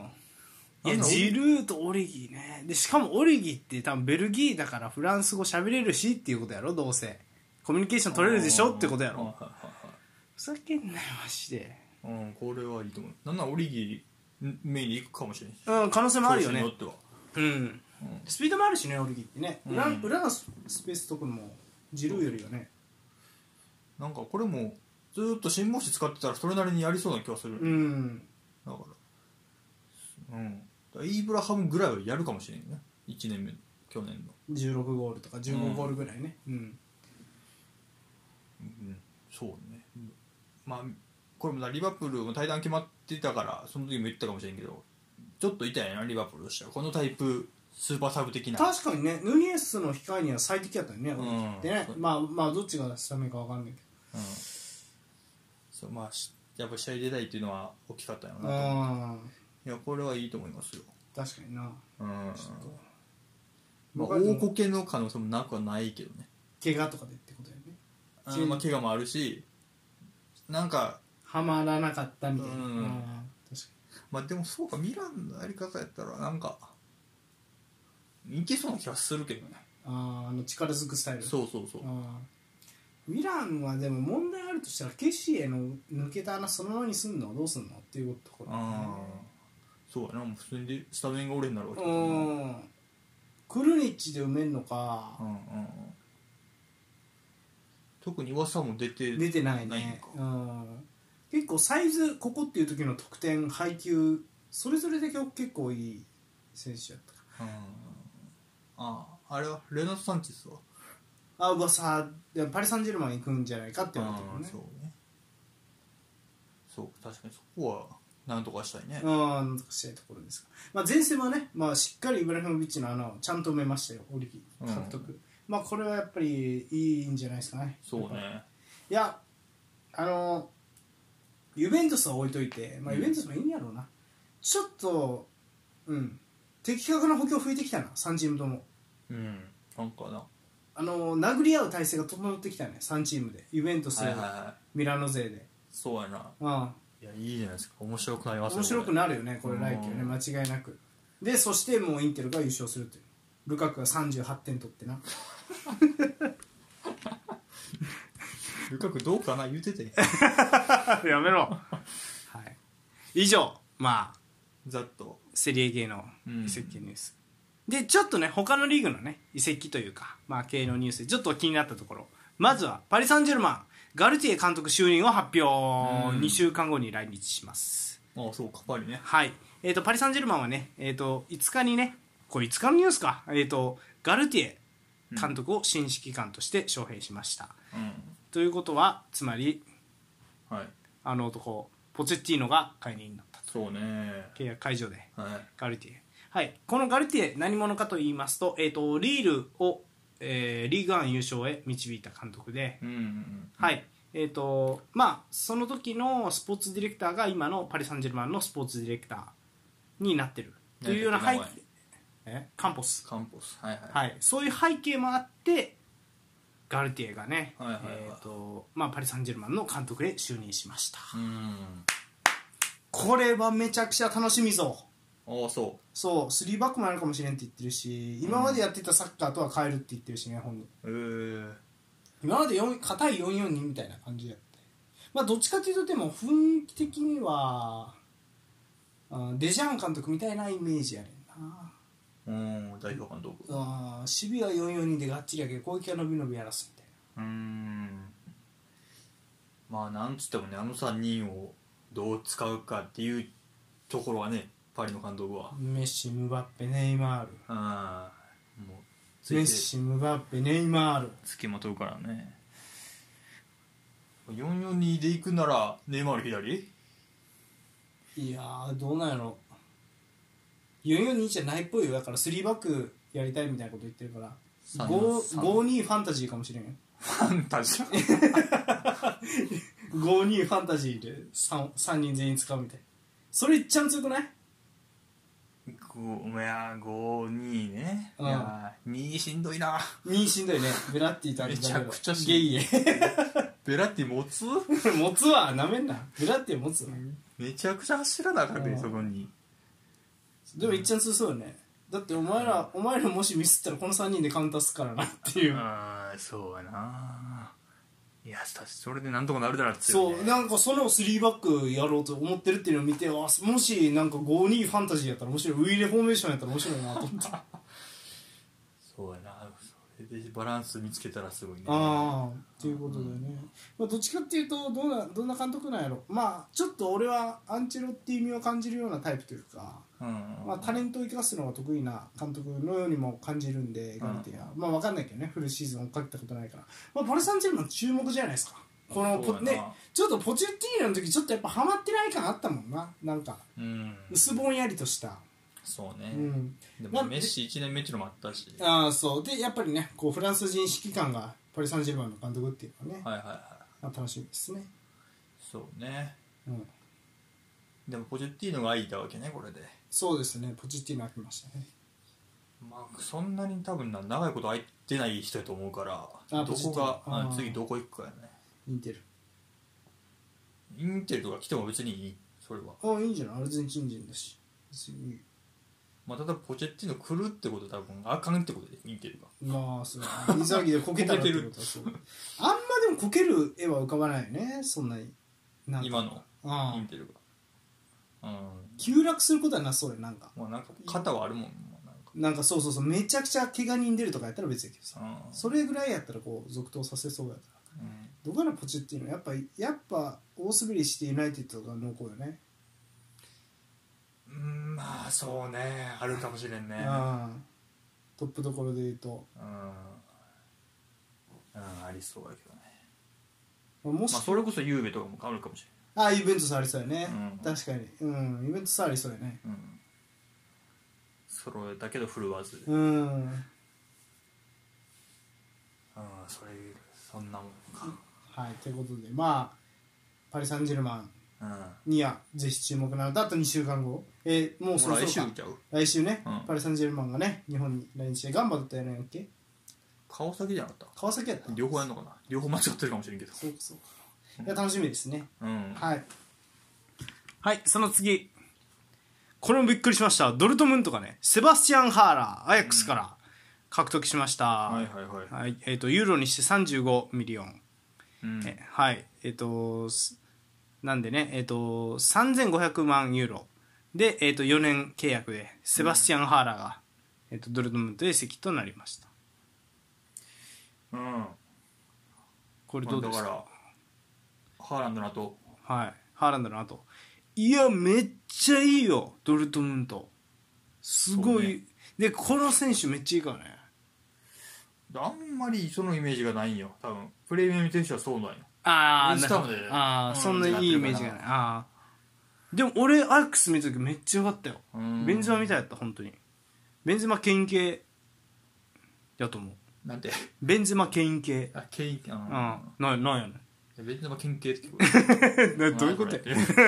いやジルーとオリギねでしかもオリギって多分ベルギーだからフランス語喋れるしっていうことやろ。どうせコミュニケーション取れるでしょってことやろ。ふざけんなよマジで。 うん、これはいいと思う。なんならオリギメインに行くかもしれない。 うん、可能性もあるよね。 調子によっては。 うん、うん、スピードもあるしねオリギってね、うん、裏, 裏のスペースとかもジルーよりはね。 なんかこれもずっと新聞紙使ってたらそれなりにやりそうな気がする。 うん。 だからうんイブラハムぐらいはやるかもしれんね。いちねんめ去年のじゅうろくゴールとかじゅうごゴールぐらいね。うん、うんうん、そうね。まあこれもリバプールも退団決まってたからその時も言ったかもしれんけどちょっと痛いなリバプールとしてはこのタイプスーパーサブ的な。 確かにねヌニエスの控えには最適やったよね、うん、でねまあまあどっちがスタメンか分かんないけど、うん、 そうまあやっぱ試合出たいっていうのは大きかったよなと思って。いやこれはいいと思いますよ。 確かにな。 うん、まあ、大こけの可能性もなくはないけどね。 怪我とかでってことだよね。 あ、まあ、怪我もあるしなんかはまらなかったみたいな、うん、あ確かに。まあでもそうかミランのやり方やったらなんかいけそうな気がするけどね。 ああの力ずくスタイル。 そうそうそう。 あミランはでも問題あるとしたらケシエの抜けた穴そのままにすんのどうすんのっていうところ、ね、あそうやなもう普通にスタメンが俺になるわけだ、 ね、うんクルニッチで埋めんのか、 うんうん、特に噂も出て出てないね。うん、結構サイズここっていう時の得点配球それぞれで結構いい選手やった、うん、 あああれはレナート・サンチェスはあ噂パリ・サンジェルマン行くんじゃないかって言われてるね。 そうね。そう確かにそこはなんとかしたいね。 うんなんとかしたいところですが、まあ、前線はね、まあ、しっかりイブラヒモビッチの穴をちゃんと埋めましたよオリギ獲得、うん、まあこれはやっぱりいいんじゃないですかね。 そうね。 いやあのユベントスは置いといて、まあ、ユベントスもいいんやろうな、うん、ちょっとうん的確な補強増えてきたなさんチームとも。 うんなんかなあの殴り合う体制が整ってきたねさんチームでユベントス、はいはいはい、ミラノ勢で。 そうやな。 ああいやいいじゃないですか面白くなりますよ。 面白くなるよねこれ来季はね間違いなく。でそしてもうインテルが優勝するというルカクがさんじゅうはってん取ってなルカクどうかな言うててやめろ、はい、以上まあざっとセリエ系の移籍ニュース、うん、でちょっとね他のリーグのね移籍というかまあ系のニュースでちょっと気になったところまずはパリ・サンジェルマンガルティエ監督就任を発表、うん、にしゅうかんごに来日します。 ああそうかパリね。 はい、えー、とパリ・サンジェルマンはね、えー、といつかにねこれいつかのニュースか、えー、とガルティエ監督を新指揮官として招聘しました、うん、ということはつまりはい、 あの男ポチェッティーノが解任になったと。 そうね、 契約解除で、 はい、 ガルティエ、はい、このガルティエ何者かと言いますと、えー、とリールを、えー、リーグワン優勝へ導いた監督で、 うんうんうん、 はいえーとまあ、その時のスポーツディレクターが今のパリ・サンジェルマンのスポーツディレクターになってるというような背景、えカンポスカンポス、はいはいはい、そういう背景もあってガルティエがね、 はいはいはい、 えーとまあ、パリ・サンジェルマンの監督へ就任しました。 うんこれはめちゃくちゃ楽しみぞ。 ああそうそうスリーバックもあるかもしれんって言ってるし、今までやってたサッカーとは変えるって言ってるしね本人。 へえー、 今まで硬いよんよんにみたいな感じやって、まあどっちかというとでも雰囲気的にはあデジャン監督みたいなイメージやねんな。 うん代表監督、 あ守備はよんよんにでがっちりやけど攻撃は伸び伸びやらすみたいな。 うーんまあなんつってもねあのさんにんをどう使うかっていうところはねパリの監督はメッシ、ムバッペ、ネイマール、 あもうメッシ、ムバッペ、ネイマール付きまとうからね。よんよんにでいくならネイマール左？ いやーどうなんやろ。よんよんにじゃないっぽいよ。だからスリーバックやりたいみたいなこと言ってるからごにファンタジーかもしれんよ。 ファンタジーごにファンタジーで 3, さんにん全員使うみたいな。それいっちゃん強くない？ ごいやごにね、 うん、 いやにしんどいな。 にしんどいね。ベラッティとあれめちゃくちゃしゲイエベラッティ持つ持つわなめんな。ベラッティ持つわ。 めちゃくちゃ走らなあかんねそこに。でもいっちゃん強そうよね。だってお前ら、うん、お前らもしミスったらこのさんにんでカウンターすっからなっていう。 ああそうやな。いやそれでなんとかなるだろうって、 ね、そうなんかそのスリーバックやろうと思ってるっていうのを見て、あもしなんかごにファンタジーやったら面白い、ウィーレフォーメーションやったら面白いなと思ってそうやな。それでバランス見つけたらすごいね。 ああっていうことだよね、まあ、どっちかっていうとどんなどんな監督なんやろ。まあちょっと俺はアンチェロっていう意味を感じるようなタイプというか、うんうんまあ、タレントを生かすのが得意な監督のようにも感じるんで、ガルティア、うん、まあ分かんないけどね、フルシーズン追っかけたことないから、まあ、パリ・サンジェルマン注目じゃないですか。このポ、ね、ちょっとポチェッティーノの時ちょっとやっぱハマってない感あったもんな。なんか、うん、薄ぼんやりとしたそうね、 うん、 でもメッシいちねんめっていうのもあったし、 ああそうでやっぱりねこうフランス人指揮官がパリ・サンジェルマンの監督っていうのはね、はいはいはい、まあ、楽しみですね。 そうね、 うん、 でもポチェッティーノがいたわけねこれで。 そうですね、ポチェッティーノが来ましたね。 まあそんなに多分な長いこと空いてない人やと思うから、あどこがあ次どこ行くかやね。 インテルインテルとか来ても別にいい。それはああいいんじゃない、アルゼンチン人だし別にいい。 まあ、ただポチェッティーノ来るってことは多分あかんってことでインテルがまあそう水揚げでこけたらってことはそうあんまでもこける絵は浮かばないよねそんなに。なんか今のインテルが、うん、 急落することはなそうや。なんかまあなんか肩はあるもん。なんかなんかそうそうそうめちゃくちゃ怪我人出るとかやったら別やけどさ、うん、それぐらいやったらこう続投させそうやから、うん、どこかのポチェッティーノやっぱやっぱ大滑りしてユナイテッドとか濃厚よね。 うんまあそうねあるかもしれんね。 あトップどころで言うとうん、 うん、ありそうやけどね。 もし、 まあ、それこそユーベとかも変わるかもしれない。ああイベントスありそうやね、うん、確かにうんイベントスありそうやね、うん、 揃えたけど振るわずうんうんそれそんなもんか。 はいということでまあパリ・サンジェルマンにはぜひ注目なのと、あとにしゅうかんご、えー、もうそろそろか来週ちゃう来週ね、 うん、 パリ・サンジェルマンがね日本に来日してガンバだったやないっけ。 川崎じゃなかった。 川崎やった。 両方やんのかな。両方間違ってるかもしれんけど。 そうかそうか、いや楽しみですね、 うん、 はいはい。その次これもびっくりしました。ドルトムントがねセバスチャン・ハーラーアヤックスから獲得しました、 うん、はいはいはい、 はいえー、とユーロにしてさんじゅうごミリオン、 うんえはいえっ、ー、となんでね、えー、とさんぜんごひゃくまんユーロで、えー、とよねん契約でセバスチャン・ハーラーが、うんえー、とドルトムントへ移籍となりました。 うん、 これどうですか。 だからハーランドの後、 はいハーランドの後いやめっちゃいいよドルトムントすごい、ね、でこの選手めっちゃいいからね。 あんまりそのイメージがないんよ多分プレミアム選手はそうなんよ。 ああインスタムでああ、 うんそんないいイメージがない。ああでも俺アヤックス見た時めっちゃ良かったよ。 うんベンゼマみたいだった本当に。ベンゼマケイン系やと思う。 なんてベンゼマケイン系。 あケインうんあなんなんやねーベンゼマ県警って聞こえるんどういうことや。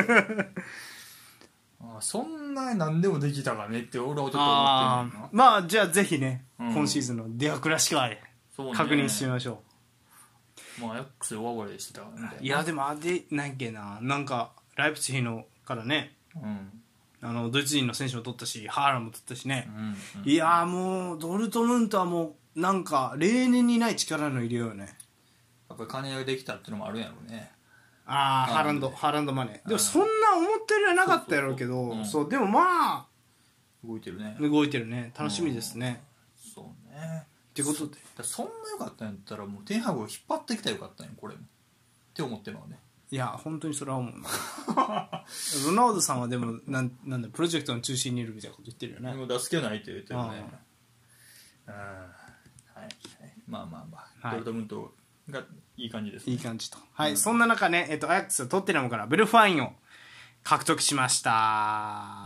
あそんな何でもできたかねって俺はちょっと思あってんねんなあまあじゃあぜひね、 うん今シーズンのディアクラシカでそうね確認してみましょまあアヤックスで大暴れしてたみたいなう。いやでもあれなんやっけな、なんかライプツィヒのからね、 うんあのドイツ人の選手も取ったしハーランも取ったしね、 うんうんいやーもうドルトムントはもうなんか例年にない力の入れようよね。 やっぱり金ができたっていうのもあるんやろうねああハーランドハーランドマネーでもそんな思ったよりはなかったやろうけど、 そうそうそううんそうでもまあ動いてるね動いてるね、楽しみですね、 そうねってことでそそんな良かったんやったらもうテンハグを引っ張ってきたらよかったんやこれもって思ってるのはねいや本当にそれは思うなロナウドさんはでもなんなんだプロジェクトの中心にいるみたいなこと言ってるよね。 でも出す気はないって言ってるねあうんはいはいまあまあまあ、 はいドルトムントがいい感じです、ね、 いい感じと、はい、そんな中ね、えっと、アヤックストッテナムからベルフワインを獲得しました、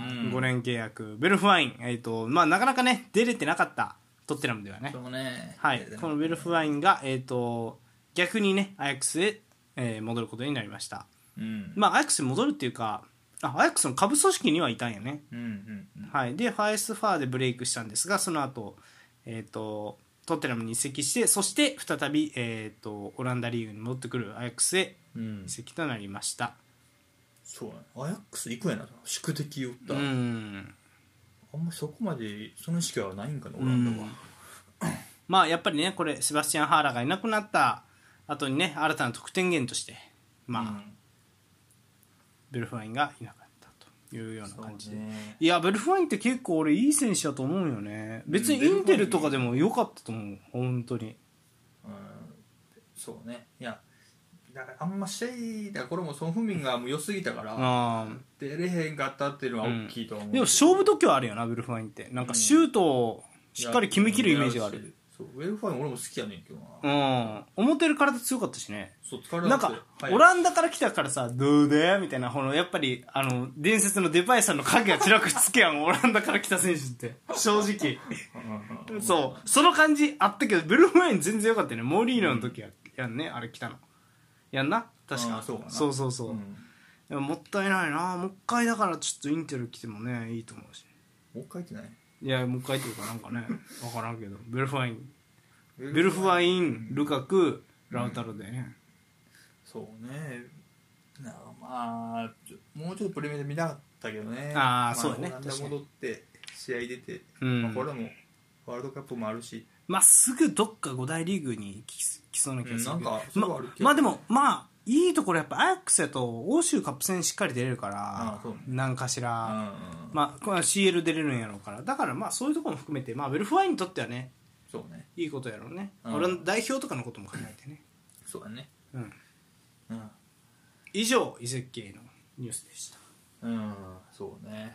うん、 ごねん契約ベルフワイン、えっとまあ、なかなかね出れてなかったトッテナムではね、 そうねはい、このベルフワインが、えっと逆にねアヤックスへ、えー戻ることになりました、 うんまあ、アヤックスに戻るっていうかあアヤックスの下部組織にはいたんよね、 うんうんうんはい、でファイスファーでブレイクしたんですがその後、えー、とトッテナムに移籍してそして再び、えー、とオランダリーグに戻ってくるアヤックスへうん移籍となりました。 そうやなアヤックス行くんやな宿敵を打った、 うんあんまそこまでその意識はないんかなオランダは、 まあやっぱりねこれセバスチャン・ハーラーがいなくなった後にね新たな得点源としてまあ、 うんベルフワインがいなかったというような感じで、 ね、 いやベルフワインって結構俺いい選手だと思うよね。別にインテルとかでも良かったと思う本当に。 うんそうねいやだからあんま試合だこれもソン・フンミンがもう良すぎたからあ出れへんかったっていうのは大きいと思う、 うん、でも勝負度胸あるよなベルフワインってなんかシュートをしっかり決めきるイメージがある。 そうベルフワイン俺も好きやねんけどうな、 ん思ってる体強かったしね。 そう疲れなんか、はい、オランダから来たからさどうだよみたいなこのやっぱりあの伝説のデパイさんの影がちらくつけやんオランダから来た選手って正直そうその感じあったけどベルフワイン全然良かったよね。モーリーノの時や,、やんねあれ来たのやんな確かそうかなそうそうそう、うん、でももったいないなもう一回だからちょっとインテル来てもねいいと思うし。 もう一回ってないいやもう一回っていうかなんかね分からんけどベルフワインベルフワインルカクラウタロでね、うん、 そうねなまあもうちょっとプレミアで見たかったけどね。 ああ、そうだね。 オランダ戻って試合出て、 うんまあ、これもワールドカップもあるし、 まあすぐどっかご大リーグに来そうな気がするけど、 うん、なんかそうあるけど、 ま、まあでもまあいいところやっぱアヤックスやと欧州カップ戦しっかり出れるから、 そうね、 なんかしら、 うんうん、 まあこれ シーエル 出れるんやろうからだからまあそういうところも含めて、まあ、ベルフワインにとってはねそうねいいことやろうね、 うん、 俺の代表とかのことも考えてねそうだね、 うんうん、 以上移籍系のニュースでした。 うんそうね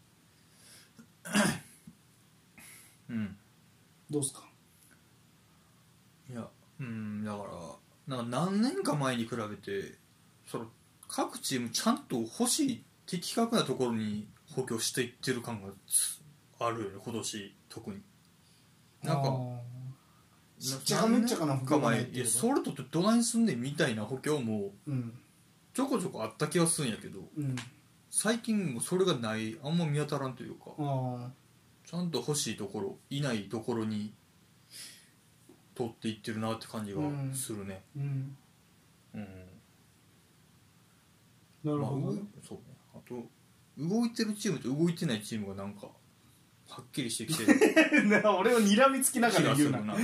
うんどうすか。 いやうんだからなんか何年か前に比べてその各チームちゃんと欲しい的確なところに補強していってる感があるよね今年特になんかしっちゃかめっちゃかな補強がないっていういやそれとってどないにすんねんみたいな補強もうんちょこちょこあった気がするんやけど、 うん、 最近もそれがないあんま見当たらんというかあちゃんと欲しいところいないところに取っていってるなって感じがするねうんうん、 なるほど、ねまあ、そうねあと動いてるチームと動いてないチームがなんかはっきりしてきてる俺を睨みつきながら言うなな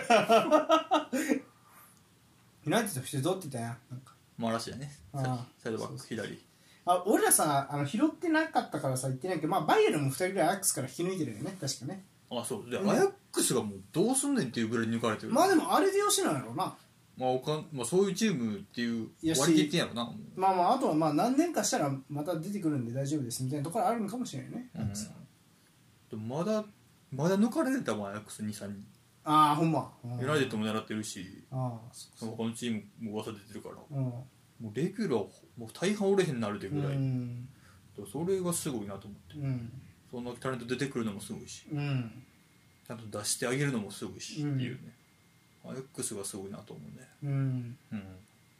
なんて言ってどうって言ったやんなんかまあらしいやねあサイドバック左あ俺らさあの拾ってなかったからさ言ってないけど、まあ、バイエルンもふたりぐらいアヤックスから引き抜いてるよね確かね。 あそうで、 うん、 アヤックスがもうどうすんねんっていうぐらい抜かれてる。 まあでもあれでよしなんやろうな、 まあおかまあ、そういうチームっていう割り切ってんやろなもうまあまああとはまあ何年かしたらまた出てくるんで大丈夫ですみたいなところあるのかもしれないね、 うん、でもまだまだ抜かれてたもんアヤックス にさんにんああほんまユナイテッドも狙ってるし、 ああそこのチームも噂出てるから、 うん、 もうレギュラーもう大半折れへんなるでぐらい、 うん、 それがすごいなと思って、 うん、 そんなタレント出てくるのもすごいし、 うん、 ちゃんと出してあげるのもすごいし、 うん、 っていうね、アヤックスがすごいなと思うね。 うん、 うん、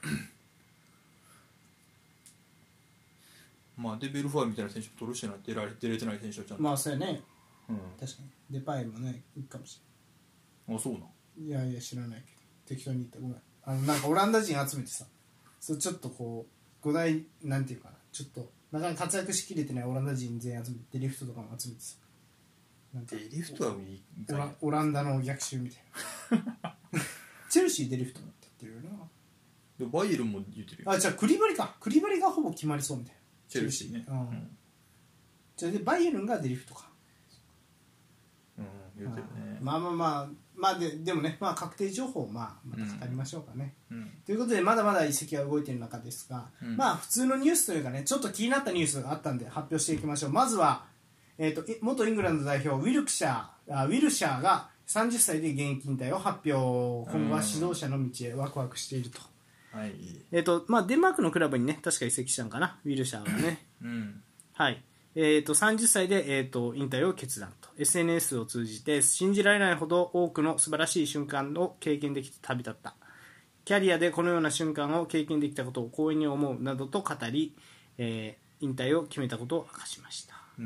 まあデベルファーみたいな選手も取るしな、出られ出れてない選手はちゃんと、 まあそうやね、 うん、 確かにデパイもねいいかもしあそうなんれない。いやいや知らないけど適当に言ったごめん。あのなんかオランダ人集めてさ、そうちょっとこう五大なんていうかな、ちょっとなかなか活躍しきれてないオランダ人全員集めて、デリフトとかも集めてさ、なんかデリフトはいいオラオランダの逆襲みたいなチェルシーデリフトって言ってるよな。 でバイエルンも言ってるよ。 あじゃあクリバリか、クリバリがほぼ決まりそうみたいな。 チェルシーね、 うんうん、 じゃあでバイエルンがデリフトか、 うん、言ってるね。 まあまあまあまあででもね、まあ、確定情報をまあまた語りましょうかね、 うん、 ということでまだまだ移籍は動いている中ですが、うん、まあ普通のニュースというかね、ちょっと気になったニュースがあったんで発表していきましょう。まずは、えー、と元イングランド代表ウィルクシャーあウィルシャーがさんじゅっさいで現役引退を発表。今後は指導者の道へワクワクしていると、 はい、 えーとまあ、デンマークのクラブにね確か移籍したのかな、ウィルシャーはね、 うん、 はいえー、とさんじゅっさいで、えー、と引退を決断と エスエヌエス を通じて信じられないほど多くの素晴らしい瞬間を経験できて旅立った。キャリアでこのような瞬間を経験できたことを光栄に思うなどと語り、えー、引退を決めたことを明かしました。 うん、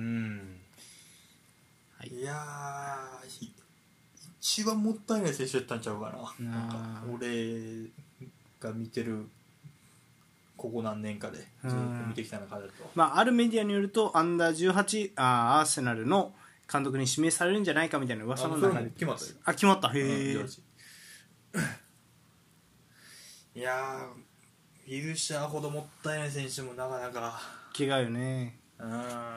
はい、いやー一番もったいない選手だったんちゃうかな。なんか俺が見てるここ何年かでずっと見てきた中だと、 まあ、あるメディアによるとアンダーじゅうはちあアーセナルの監督に指名されるんじゃないかみたいな噂の中で決まったよ。 あ決まった。へえ。 いやーウィルシャーほどもったいない選手もなかなか怪我よね。 うん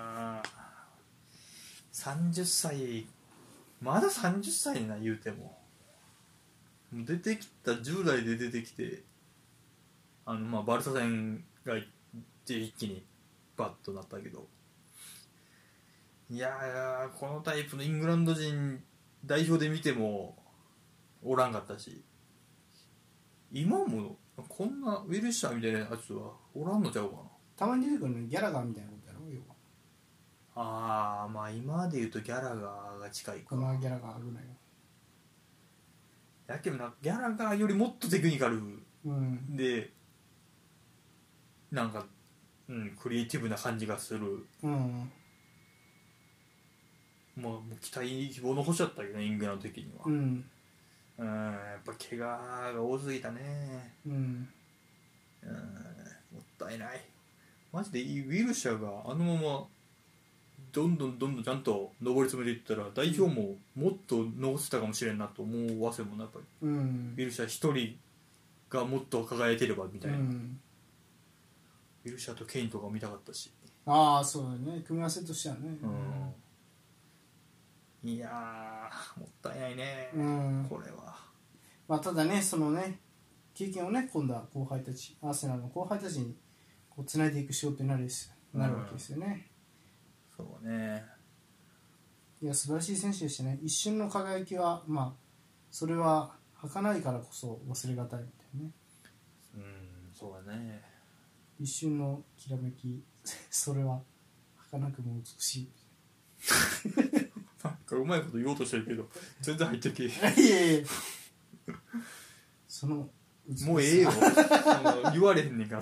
さんじゅっさいまださんじゅっさいな言うても出てきたじゅう代で出てきてあのまあバルサ戦が一気にバッとなったけど、いやーこのタイプのイングランド人代表で見てもおらんかったし、今もこんなウィルシャーみたいなやつはおらんのちゃうかな。 たまに出てくるのにギャラガーみたいなことやろ要は。 ああまあ今で言うとギャラガーが近いか。 このギャラガー危ないよ。 やけどなギャラガーよりもっとテクニカル、 うん、 でなんか、うん、クリエイティブな感じがする、 うん、 まあ、もう期待希望の星だったけどねイングランド的には、 うん、 うんやっぱ怪我が多すぎたね、 うん、 うん、もったいない。マジでウィルシャーがあのままどんどんどんどんちゃんと上り詰めていったら代表ももっと残せたかもしれんなと思わせもなやっぱり、 うん、 ウィルシャー一人がもっと輝いてればみたいな、うん、ウィルシャーとケインとか見たかったし。 ああそうだね、組み合わせとしてはね、 うん、いやーもったいないね、うん、これは、 まあ、ただねそのね経験をね今度は後輩たちアーセナルの後輩たちにこうつないでいく仕事になるなるわけですよね、 うん、そうね。 いや素晴らしい選手でしたね。一瞬の輝きはまあそれは儚いからこそ忘れがたいみたいなね。 うんそうだね。 一瞬のきらめきそれは儚くも美しいなんかうまいこと言おうとしてるけど全然入ってけえいやいやそのもうええよ言われへんねんから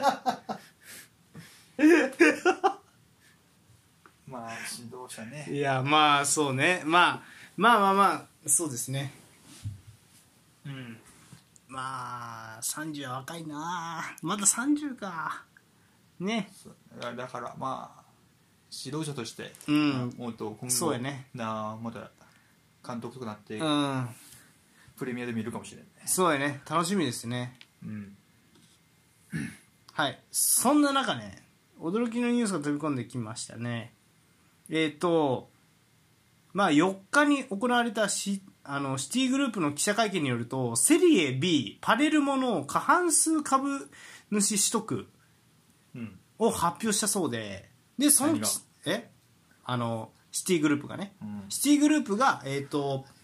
まあ指導者ね。 いやまあそうね、まあ、まあまあまあそうですね。うんまあさんじゅうは若いな、まださんじゅうかね。 だからまあ指導者として、 うん、 もっと今後そうやねなまた監督とかなって、 うん、 プレミアで見るかもしれない、ね、 そうやね、楽しみですね、 うん、 はい。そんな中ね驚きのニュースが飛び込んできましたね。えっとまあよっかに行われたシあのシティグループの記者会見によると、セリエ B パレルモの過半数株主取得を発表したそうで、でそのえあのシティグループがね、うん、シティグループが、えーと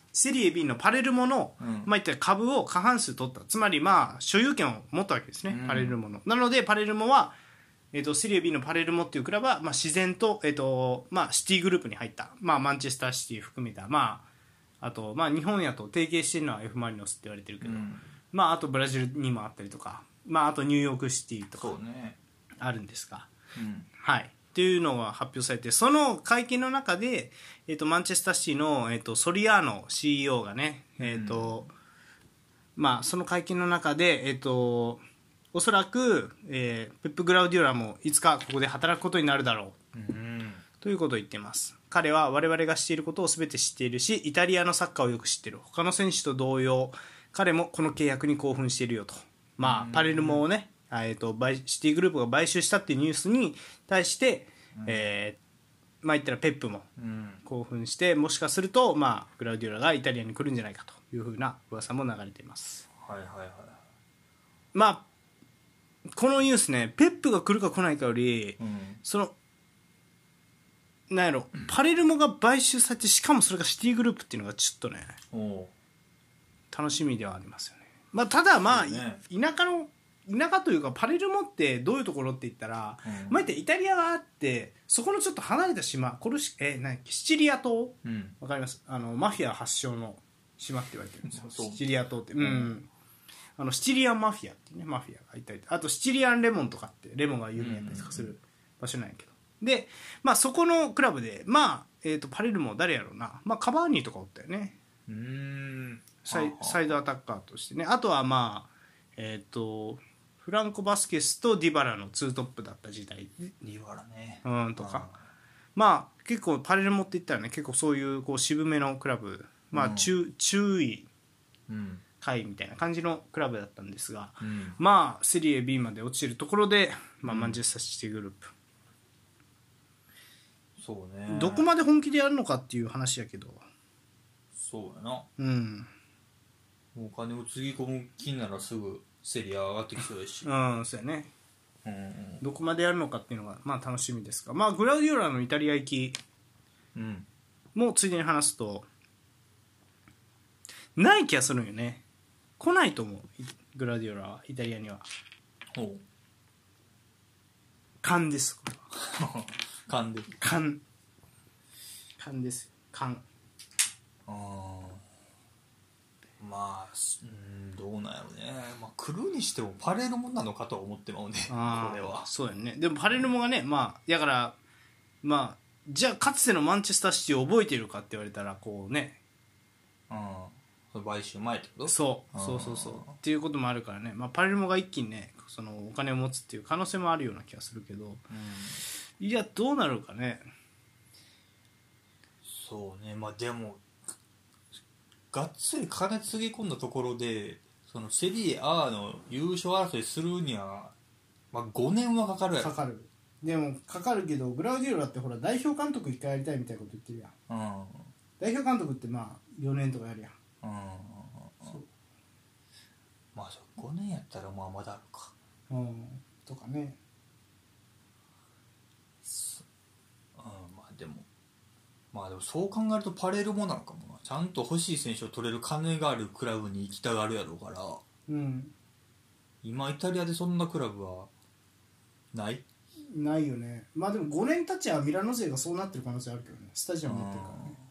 セリエ B のパレルモの、 うんまあ、言ったら株を過半数取った、つまりまあ所有権を持ったわけですね、 うん、 パレルモの。なのでパレルモは、えー、とセリエ B のパレルモっていうクラブは、まあ、自然と、えーとまあ、シティグループに入った、まあ、マンチェスターシティ含めた、まあ、あと、まあ、日本やと提携してるのは F ・マリノスって言われてるけど、 うんまあ、あとブラジルにもあったりとか、まあ、あとニューヨークシティとかそうね、 あるんですが、 うんはい、っていうのが発表されて、その会見の中で、えー、とマンチェスターシティの、えー、とソリアーノ シーイーオー がね、えーとまあ、その会見の中で、えー、とおそらく、えー、ペップ・グラウディオラもいつかここで働くことになるだろう、 うん、 ということを言っています。彼は我々がしていることを全て知っているし、イタリアのサッカーをよく知っている。他の選手と同様、彼もこの契約に興奮しているよと。まあ、パレルモをね、えー、とシティグループが買収したっていうニュースに対して、うんえー、まあ言ったらペップも興奮して、もしかすると、まあ、グラウディオラがイタリアに来るんじゃないかというふうな噂も流れています。 はいはいはい。 まあこのニュースね、ペップが来るか来ないかより、 うん、 そのなんやろ、パレルモが買収されて、しかもそれがシティグループっていうのがちょっとね楽しみではありますよね。まあ、ただまあ、ね、田舎の田舎というかパレルモってどういうところって言ったら、うん、まあ、イタリアがあってそこのちょっと離れた島、コルシえ何シチリア島、うん、わかります？あのマフィア発祥の島って言われてるんですよ。シチリア島って、うんうん、あのシチリアンマフィアっていうね、マフィアがいたり、あとシチリアンレモンとかってレモンが有名やったりとかする場所なんやけど、で、まあ、そこのクラブで、まあえー、とパレルモ誰やろうな、まあ、カバーニーとかおったよね。 うーんサイ、サイドアタッカーとしてね。あとはまあえっ、ー、とフランコ・バスケスとディバラのツートップだった時代、 ディバラね、 うんとか、まあ結構パレルモって言ったらね、結構そういうこう渋めのクラブ、まあ中、うん、注意会みたいな感じのクラブだったんですが、うん、まあセリエ B まで落ちるところで、まあ、マンチェスターシティグループ、 うん、そうね、 どこまで本気でやるのかっていう話やけど、 そうやな、 うん、 お金をつぎ込む気ならすぐセリア上がってきそうだし、 うん、そうやね、 うんうん、 どこまでやるのかっていうのがまあ楽しみですが、まあグラウディオラのイタリア行きもついでに話すと、ない気がするんよね。来ないと思う、グラウディオラはイタリアには。 ほう、 勘です、これは勘で勘勘です勘。 あまあ、うん、どうなんやろね、まあ、来るにしてもパレルモなのかとは思ってまうね、 あこれは。 そうやね。でもパレルモがね、まあだからまあじゃあかつてのマンチェスターシティを覚えているかって言われたらこうね、 うん、買収前ってこと？ そうそうそうそうっていうこともあるからね、まあ、パレルモが一気にねそのお金を持つっていう可能性もあるような気がするけど、うん、いやどうなるかね。 そうね、まあでもがっつり金つぎ込んだところでそのセリエ A の優勝争いするには、まあ、ごねんはかかるやろ。 かかる。でもかかるけどグラウディオラってほら代表監督一回やりたいみたいなこと言ってるやん、うん、代表監督ってまあよねんとかやるやん、うん、そうまあごねんやったらまあまだあるか、 うん、とかね、 うん、まあでもまあでもそう考えるとパレルモなのかもな。ちゃんと欲しい選手を取れる金があるクラブに行きたがるやろうから、 うん、 今イタリアでそんなクラブはないないよね。まあでもごねん経ちはミラノ勢がそうなってる可能性あるけどね、スタジアム持ってるからね。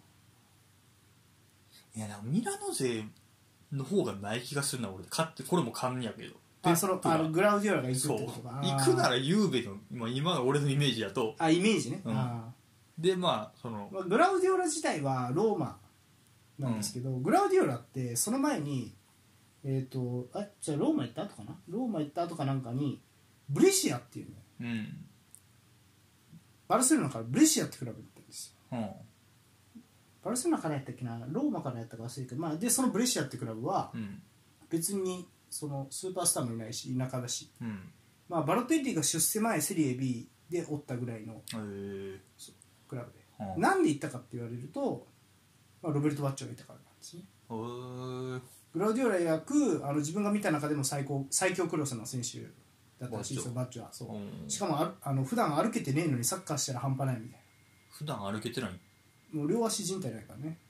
いやなんかミラノ勢の方がない気がするな俺。勝ってこれも勘やけど、 あそのあのグラウディオラが行くってことか。 行くならユーベの今今の俺のイメージだと、 あイメージね、 うん、あでまあその、 まあ、グラウディオラ自体はローマなんですけど、うん、グラウディオラってその前にえっ、ー、とあじゃあローマ行った後かな、ローマ行った後かなんかにブレシアっていうね、うん、バルセロナからブレシアってクラブ行ったんですよ、うん、バルセロナからやったっけな、ローマからやったか忘れるけど、まあ、でそのブレシアってクラブは別にそのスーパースターもいないし田舎だし、うん、まあ、バロテッリが出世前セリエ B でおったぐらいのクラブで、うん、なんで行ったかって言われると、まあ、ロベルト・バッチョがいたからなんですね。グラウディオラ曰くあの自分が見た中でも最高最強クロスの選手だったらしいですよ、バッチョは。そう、うん、しかもああの普段歩けてねえのにサッカーしたら半端ないみたいな。 普段歩けてない？ もう両足靭帯ないからね。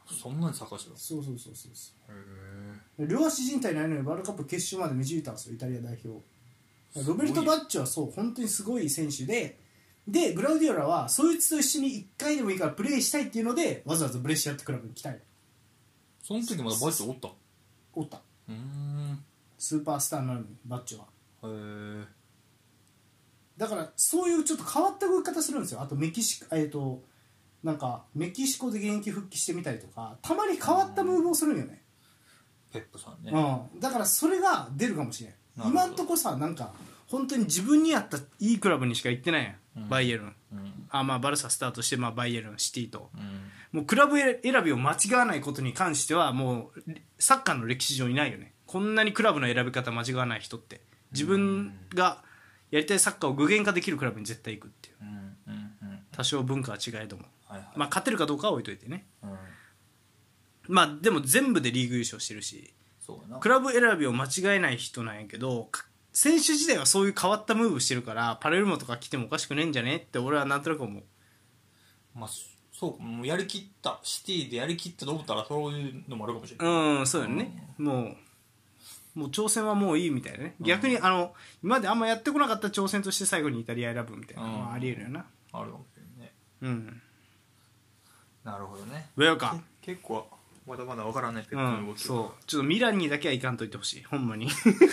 そんなに坂下。 そうそうそうそうそへう。両足靭帯ないのにワールドカップ決勝まで導いたんですよ、イタリア代表。ロベルト・バッチョはそう本当にすごい選手で、でグラウディオラはそいつと一緒にいっかいでもいいからプレーしたいっていうのでわざわざブレッシアってクラブに来たい。 その時まだバッチョおった。 おった。 うーん。 スーパースターなのにバッチョは。 へえ。 だからそういうちょっと変わった動き方するんですよ。あとメキシコ、えーとなんかメキシコで現役復帰してみたりとか、たまに変わったムーブをするんよね。 ペップさんね。 うん、だからそれが出るかもしれない。今んとこさ、なんか本当に自分に合ったいいクラブにしか行ってないやん、うん、バイエルン、うん、あまあバルサスタートして、まあ、バイエルンシティと、うん、もうクラブ選びを間違わないことに関してはもうサッカーの歴史上いないよね。こんなにクラブの選び方間違わない人って、自分がやりたいサッカーを具現化できるクラブに絶対行くっていう、うんうんうん、多少文化は違えども、はいはい、まあ、勝てるかどうかは置いといてね、うん、まあでも全部でリーグ優勝してるし、そうなクラブ選びを間違えない人なんやけど、選手時代はそういう変わったムーブしてるからパレルモとか来てもおかしくねえんじゃねって俺はなんとなく思う。 まあそうもうやりきったシティでやりきったと思ったらそういうのもあるかもしれない。 うんそうよね、うん、もうもう挑戦はもういいみたいなね、うん、逆にあの今まであんまやってこなかった挑戦として最後にイタリア選ぶみたいなのはありえるよな、 うん、あるかもしれないね。 うんなるほどね。 ウェルカム。 結構まだまだ分からないペップの動き、 うん、そうちょっとミランにだけはいかんといてほしいほんまに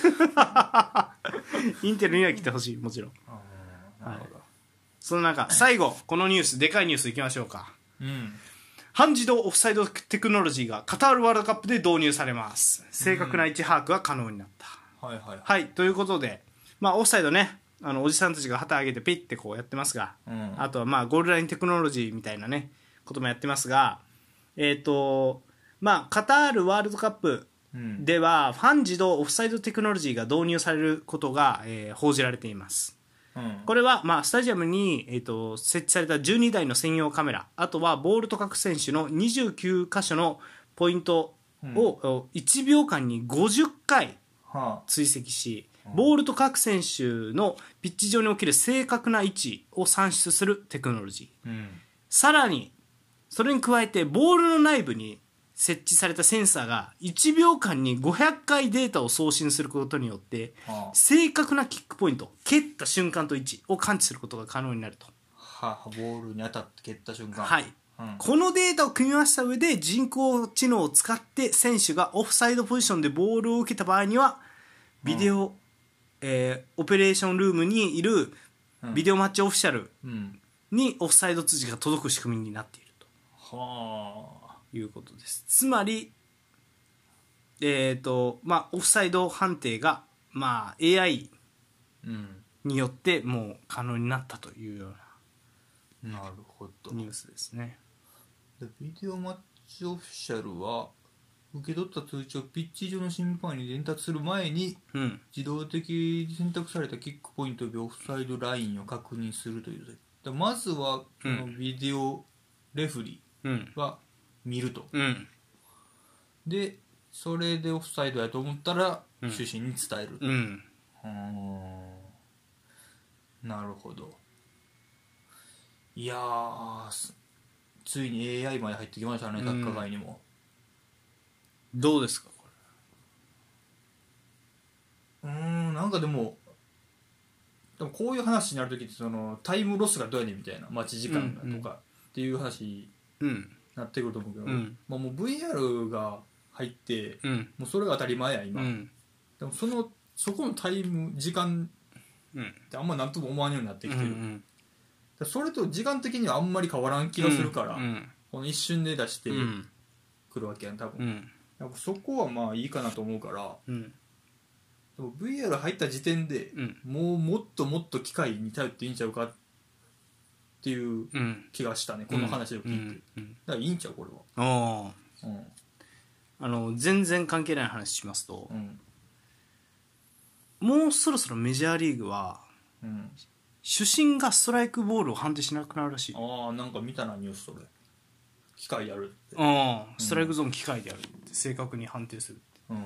インテルには来てほしいもちろん。なるほど、はい、その中最後このニュースでかいニュースいきましょうか、うん、半自動オフサイドテクノロジーがカタールワールドカップで導入されます。正確な位置把握が可能になった、うん、はいはい、はい、ということで、まあ、オフサイドねあのおじさんたちが旗上げてピッてこうやってますが、うん、あとはまあゴールラインテクノロジーみたいなねこともやってますが、えっ、ー、とまあカタールワールドカップでは、うん、ファン自動オフサイドテクノロジーが導入されることが、えー、報じられています、うん、これは、まあ、スタジアムに、えーと、設置されたじゅうにだいの専用カメラ、あとはボールと各選手のにじゅうきゅうか所のポイントを、うん、いちびょうかんにごじゅっかい追跡し、はあ、ボールと各選手のピッチ上に起きる正確な位置を算出するテクノロジー、うん、さらにそれに加えてボールの内部に設置されたセンサーがいちびょうかんにごひゃっかいデータを送信することによって、はあ、正確なキックポイント、蹴った瞬間と位置を感知することが可能になると。 はあ、ボールに当たって蹴った瞬間、 はい、うん、このデータを組み合わせた上で人工知能を使って選手がオフサイドポジションでボールを受けた場合にはビデオ、うんえー、オペレーションルームにいるビデオマッチオフィシャルにオフサイド通知が届く仕組みになっていると。はあいうことです。つまり、えーとまあ、オフサイド判定が、まあ、エーアイ によってもう可能になったというようなニュースですね。 でビデオマッチオフィシャルは受け取った通知をピッチ上の審判に伝達する前に、うん、自動的に選択されたキックポイントでオフサイドラインを確認するという。でまずはこのビデオレフリーは、うん見ると、うん、でそれでオフサイドやと思ったら、うん、主審に伝える、うん、なるほど。いやーついに エーアイ まで入ってきましたね、サッカー界にも。 どうですかこれ。うーんなんかでもでもこういう話になるときってそのタイムロスがどうやねんみたいな待ち時間がとかっていう話、うんうんなってくると思うけど、うんまあ、もう ブイアール が入って、うん、もうそれが当たり前や今、うん、でもそのそこのタイム時間ってあんま何とも思わんようになってきてる、うんうん、それと時間的にはあんまり変わらん気がするから、うんうん、この一瞬で出してくるわけやん多分、うん、やっぱそこはまあいいかなと思うから、うん、でも ブイアール 入った時点で、うん、もうもっともっと機械に頼っていいんちゃうかっていう気がしたね、うん、この話を聞いて、うんうん、だからいいんちゃうこれは。あ、 うん、あの全然関係ない話しますと、うん、もうそろそろメジャーリーグは、うん、主審がストライクボールを判定しなくなるらしい。 ああなんか見たなニュースそれ機械やるって、 ああストライクゾーン機械でやるって正確に判定するって、うん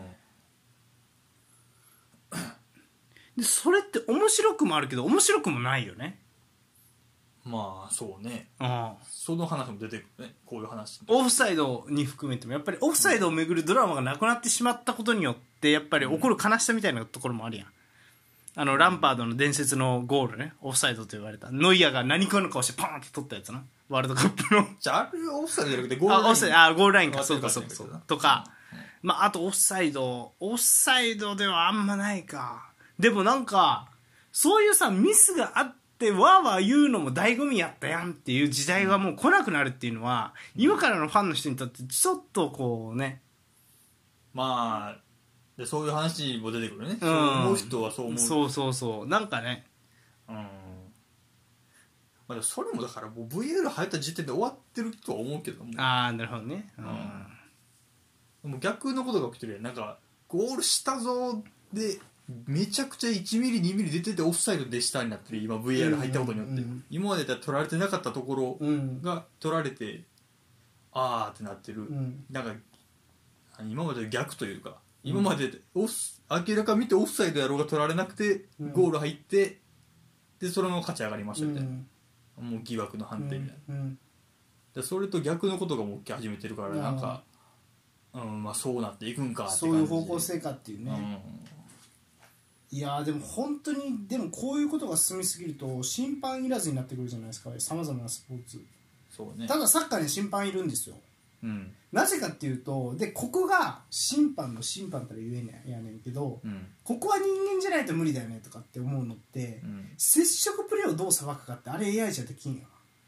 でそれって面白くもあるけど面白くもないよね。 うまあそうね、 あその話も出てくるね、こういう話。 オフサイドに含めてもやっぱりオフサイドをめぐるドラマがなくなってしまったことによってやっぱり起こる悲しさみたいなところもあるやん。あのランパードの伝説のゴールね、オフサイドと言われたノイアーが何かの顔してパーンって取ったやつな、ワールドカップのじゃああれオフサイドじゃなくてゴールライン、 あオフサイド、あゴールラインか、 あそうかそうかそうかとか、まああとオフサイドオフサイドではあんまないか。でもなんかそういうさミスがあってわーわー言うのも醍醐味やったやんっていう時代がもう来なくなるっていうのは、今からのファンの人にとってちょっとこうね、 まあでそういう話も出てくるね、 うん、 そう思う人はそう思う。 そうそうそう、なんかね、 うん、まあ、でもそれもだからもう ブイエル 入った時点で終わってるとは思うけども、 ああなるほどね、うんうん、もう逆のことが起きてるやん。なんかゴールしたぞでめちゃくちゃいちミリにミリ出ててオフサイドで下になってる今 ブイエル 入ったことによって、うんうんうん、今までだったら取られてなかったところが取られて、うん、あーってなってる、うん、なんか今まで逆というか、今までオフ明らか見てオフサイドやろうが取られなくて、うん、ゴール入ってでそれも勝ち上がりましたみたいな、うん、もう疑惑の判定みたいな、うん、でそれと逆のことがもう起き始めてるから、うん、なんか、うんまあ、そうなっていくんかって感じ、 そういう方向性かっていうね、うん、いやでも本当にでもこういうことが進みすぎると審判いらずになってくるじゃないですか、さまざまなスポーツ。 そうね、 ただサッカーに審判いるんですよ、 うん、 なぜかっていうとでここが審判の審判たら言えねやねんけど、うん、ここは人間じゃないと無理だよねとかって思うのって、うん、接触プレーをどう裁くかってあれ エーアイ じゃできんよな。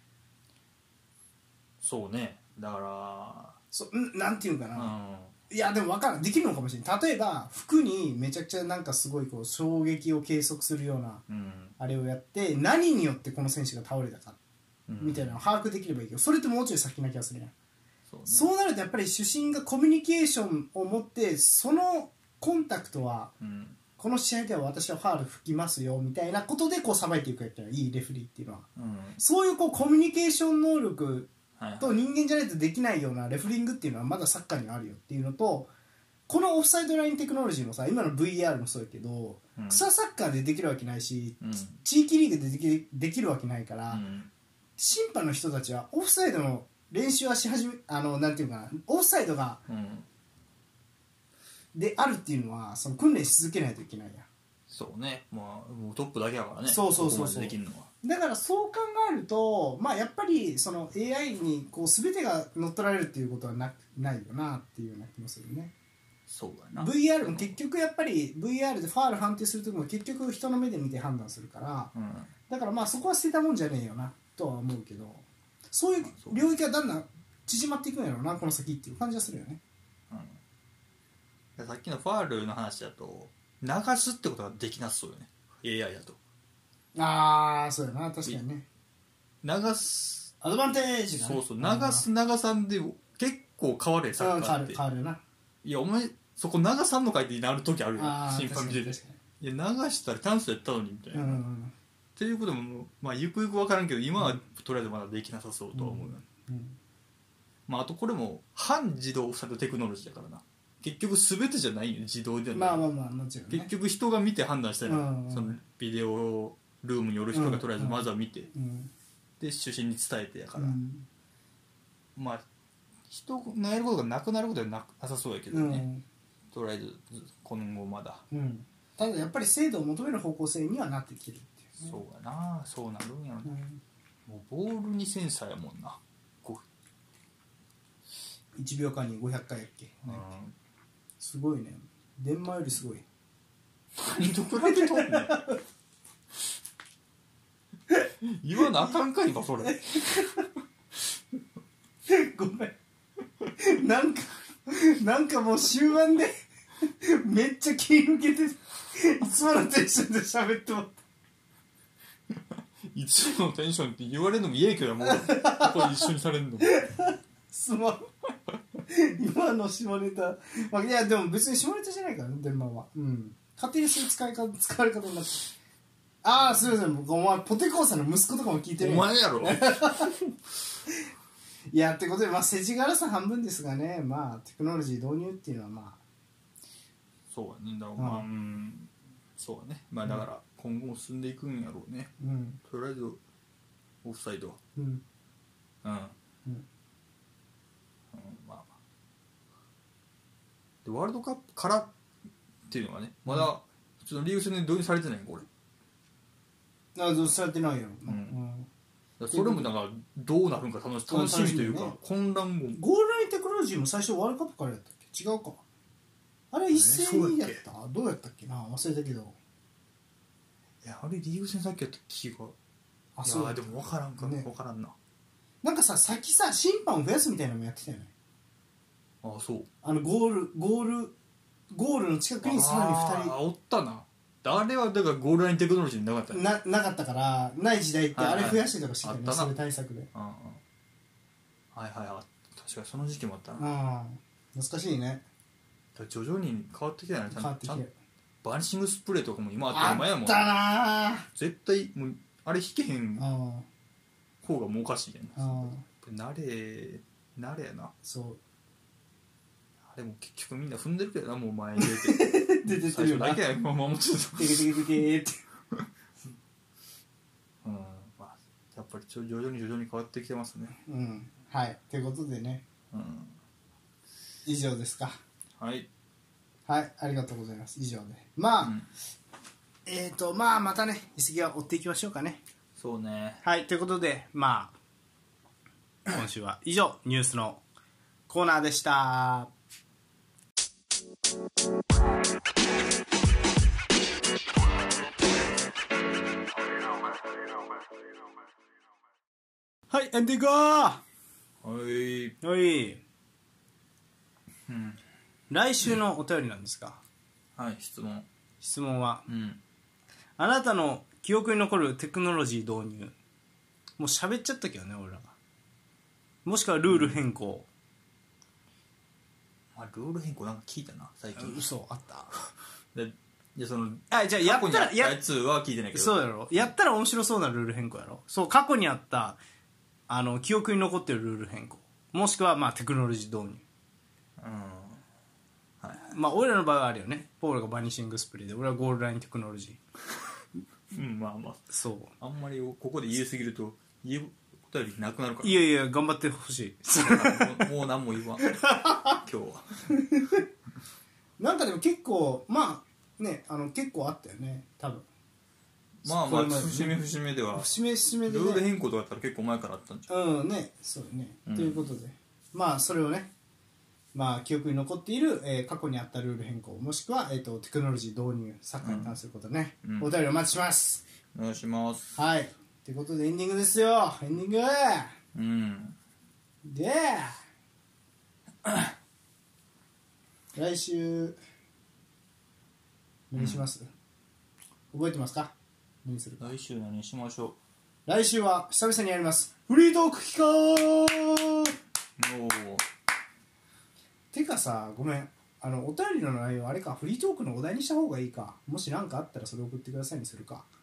そうね、だからそなんていうかな、うん、いやでも分からん、できるのかもしれない。例えば服にめちゃくちゃなんかすごいこう衝撃を計測するような、うん、あれをやって何によってこの選手が倒れたか、うん、みたいなのを把握できればいいけど、それってもうちょい先な気がするやん。そうね、そうなるとやっぱり主審がコミュニケーションを持ってそのコンタクトは、うん、この試合では私はファウル吹きますよみたいなことでこうさばいていくやったらいいレフェリーっていうのは、うん、そういうこうコミュニケーション能力と人間じゃないとできないようなレフリングっていうのはまだサッカーにはあるよっていうのと、このオフサイドラインテクノロジーもさ今の ブイアール もそうやけど、うん、草サッカーでできるわけないし、うん、地域リーグででき、できるわけないから、うん、審判の人たちはオフサイドの練習はし始め、あのなんていうかな、オフサイドが、うん、であるっていうのはその訓練し続けないといけないやん。 そうね、まあもうトップだけだからね。 そうそうそうそう。 ここまでできるのは。 だからそう考えると、まあやっぱりその エーアイ にこう全てが乗っ取られるっていうことはなないよなっていうような気もするね。 そうだな。 ブイアール も結局やっぱり ブイアール でファール判定するときも結局人の目で見て判断するから、うん、だからまあそこは捨てたもんじゃねえよなとは思うけど、そういう領域はだんだん縮まっていくんやろうなこの先っていう感じはするよね。 うん、さっきのファールの話だと流すってことができなそうよね エーアイ だと。 ああそうやな、確かにね。 流すアドバンテージが、ね、 そうそう、流す流さんで結構変わるやサッカーって。 変わるよな。 いやお前そこ流さんのかいってなる時あるよ、審判見てて。いや流したらチャンスやったのにみたいな、うんうん、っていうこともまあゆくゆく分からんけど今はとりあえずまだできなさそうとは思うよ、うんうん、まああとこれも反自動オフサイドテクノロジーだからな、結局全てじゃないよ自動ではない。 まあまあまあもちろん、ね、 結局人が見て判断したり、うんうん、そのビデオルームによる人がとりあえずまずは見て、うんうん、で主審に伝えてやから、うん、まあ人のやることがなくなることは な, なさそうやけどね、うん、とりあえず今後まだ、 うん、ただやっぱり精度を求める方向性にはなってきてるっていう、 ね、そうやな、そうなるんやろな、うん、もうボールにセンサーやもんな。 いちびょうかんにごひゃっかいやっけ、うん、すごいね、電話よりすごい。 何と比べとんねん言わなあかんかい今それごめん、なんかなんかもう終盤でめっちゃ気抜けていつものテンションで喋ってもらったいつものテンションって言われるのも嫌やけどもうここ一緒にされるのもすまん今の下ネタ、まあ、いやでも別に下ネタじゃないからね電話は、うん、勝手にそういう使い方使われ方になって、ああすいません、お前ポテコーさんの息子とかも聞いてるお前やろいやってことで、まあ世知辛さ半分ですがね、まあテクノロジー導入っていうのはまあそうやね、だからまあ、うん、そうね、まあだから今後も進んでいくんやろうね、うん、とりあえずオフサイド。 うんうんうん、 うんうん、まあまあでワールドカップからっていうのがねまだ普通のリーグ戦で導入されてないこれ。 あどうされてないやろ、 うんうん、 それもなんかどうなるんか楽し楽しみというか、ね、混乱も。 ゴールラインテクノロジーも最初ワールドカップからやったっけ？違うかあれ一斉にやった、どうやったっけな忘れたけど。 いやあれリーグ戦さっきやった気が。あそうやでも分からんか、ね、分からんな。 なんかささっきさ審判を増やすみたいなのもやってたよね。 ああそうあのゴールゴールゴールの近くにさらにふたり。 あおったな。あれはだからゴールラインテクノロジーなかったななかったからない時代ってあれ増やしてとかしてたよね、 はいはい、 それ対策で。 ああはいはいはい確かにその時期もあったな。 あ懐かしいね。 徐々に変わってきたよね。 変わってきてバニシングスプレーとかも今あった前やもん。 あったな絶対もうあれ引けへん方がもうおかしいやん。慣れ慣れやな。 そうあれも結局みんな踏んでるけどなもう前に出て出てるよな。 最初だけやままもちょっとテケテケテケってうんまあやっぱり徐々に徐々に変わってきてますね。 うんはいということでね、 うん、 以上ですか。 はいはいありがとうございます。以上でまあ、うん、えっ、ー、とまあまたね遺跡は追っていきましょうかね。 そうねはいということでまあ今週は以上ニュースのコーナーでした。はいエンディングはいはい、うん、来週のお便りなんですがはい質問質問は、 うん、 あなたの記憶に残るテクノロジー導入。もう喋っちゃったけどね俺らが。もしくはルール変更、 まあ、ルール変更なんか聞いたな最近。 嘘あったでじゃあそのあじゃあやったらややつは聞いてないけどそうやろやったら面白そうなルール変更やろ。そう過去にあったあの記憶に残ってるルール変更もしくはまあテクノロジー導入。 うんはいはい、 まあ俺らの場合はあるよね。ポールがバニシングスプレーで俺はゴールラインテクノロジーうんまあまあそうあんまりここで言いすぎると言うことよりなくなるから。 いやいや頑張ってほしいもうもう何も言わん今日はなんかでも結構まあねあの結構あったよね多分。 まあまあ節目節目では節目節目で、ね、 ルール変更とかだったら結構前からあったんじゃん。 うんねそうね、うん、ということでまあそれをねまあ記憶に残っている、えー、過去にあったルール変更もしくは、えー、とテクノロジー導入サッカーに関することね、うん、お便りお待ちします。 お願いします。 はいということでエンディングですよ。エンディングうんで来週何します、うん、覚えてますか。何するか。 来週何しましょう。 来週は久々にやりますフリートーク期間。 おてかさごめんあのお便りの内容あれかフリートークのお題にした方がいいか。もし何かあったらそれ送ってくださいにするか。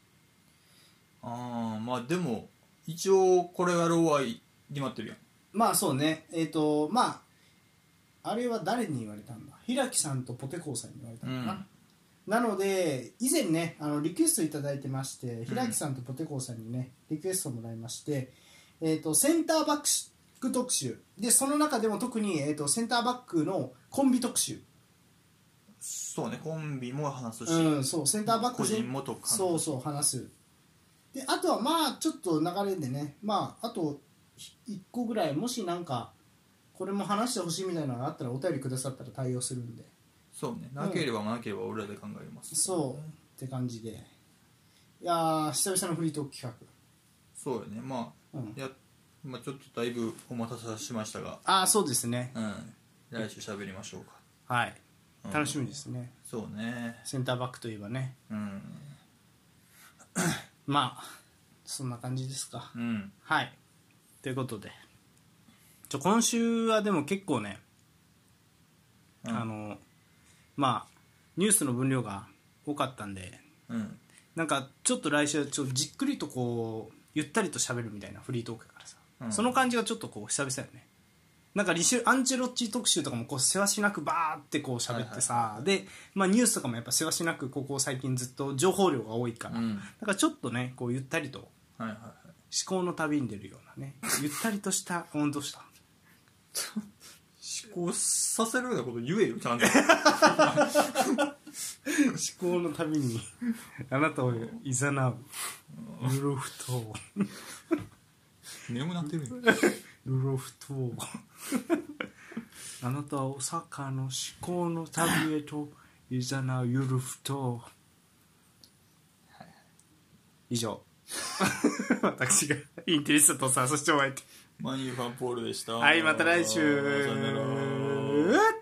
ああまあでも一応これやろうは決まってるやん。 まあそうねえっ、ー、とまああれは誰に言われたんだ。平木さんとポテコーさんに言われたのかな、うんなので以前ねあのリクエストいただいてまして平木さんとポテコーさんにねリクエストをもらいまして、えー、とセンターバック特集でその中でも特に、えー、とセンターバックのコンビ特集。 そうねコンビも話すし、 うん、そうセンターバック個人もとかそうそう話す。であとはまあちょっと流れでねまああといっこぐらいもしなんかこれも話してほしいみたいなのがあったらお便りくださったら対応するんで。 そうねなければなければ俺らで考えます、ね、 そうって感じでいや久々のフリートーク企画。 そうよねまあ、うんやまあ、ちょっとだいぶお待たせしましたがああそうですね、 うん、来週喋りましょうか。 はい、うん、楽しみですね。 そうねセンターバックといえばね、 うん、 まあそんな感じですか、 うん、 はいということでちょ今週はでも結構ね、うん、あのまあニュースの分量が多かったんで、 うん、 なんかちょっと来週はちょっとじっくりとこうゆったりと喋るみたいなフリートークだからさ、うん、その感じがちょっとこう久々よね。なんかリシュアンチェロッチ特集とかもこうせわしなくバーってこう喋ってさ、はいはいはい、で、まあ、ニュースとかもやっぱせわしなくここ最近ずっと情報量が多いから、うん、だからちょっとねこうゆったりと、 はいはいはい、 考の旅に出るようなねゆったりとした温度した思考させるようなこと言えよちゃんと思考の旅にあなたを誘うルロフ島眠なってるよルロフ島あなたはお坂の思考の旅へと誘うゆるふと以上私がインテリストとさそしてお相手マンユーファンポールでした。 はいまた来週さよなら。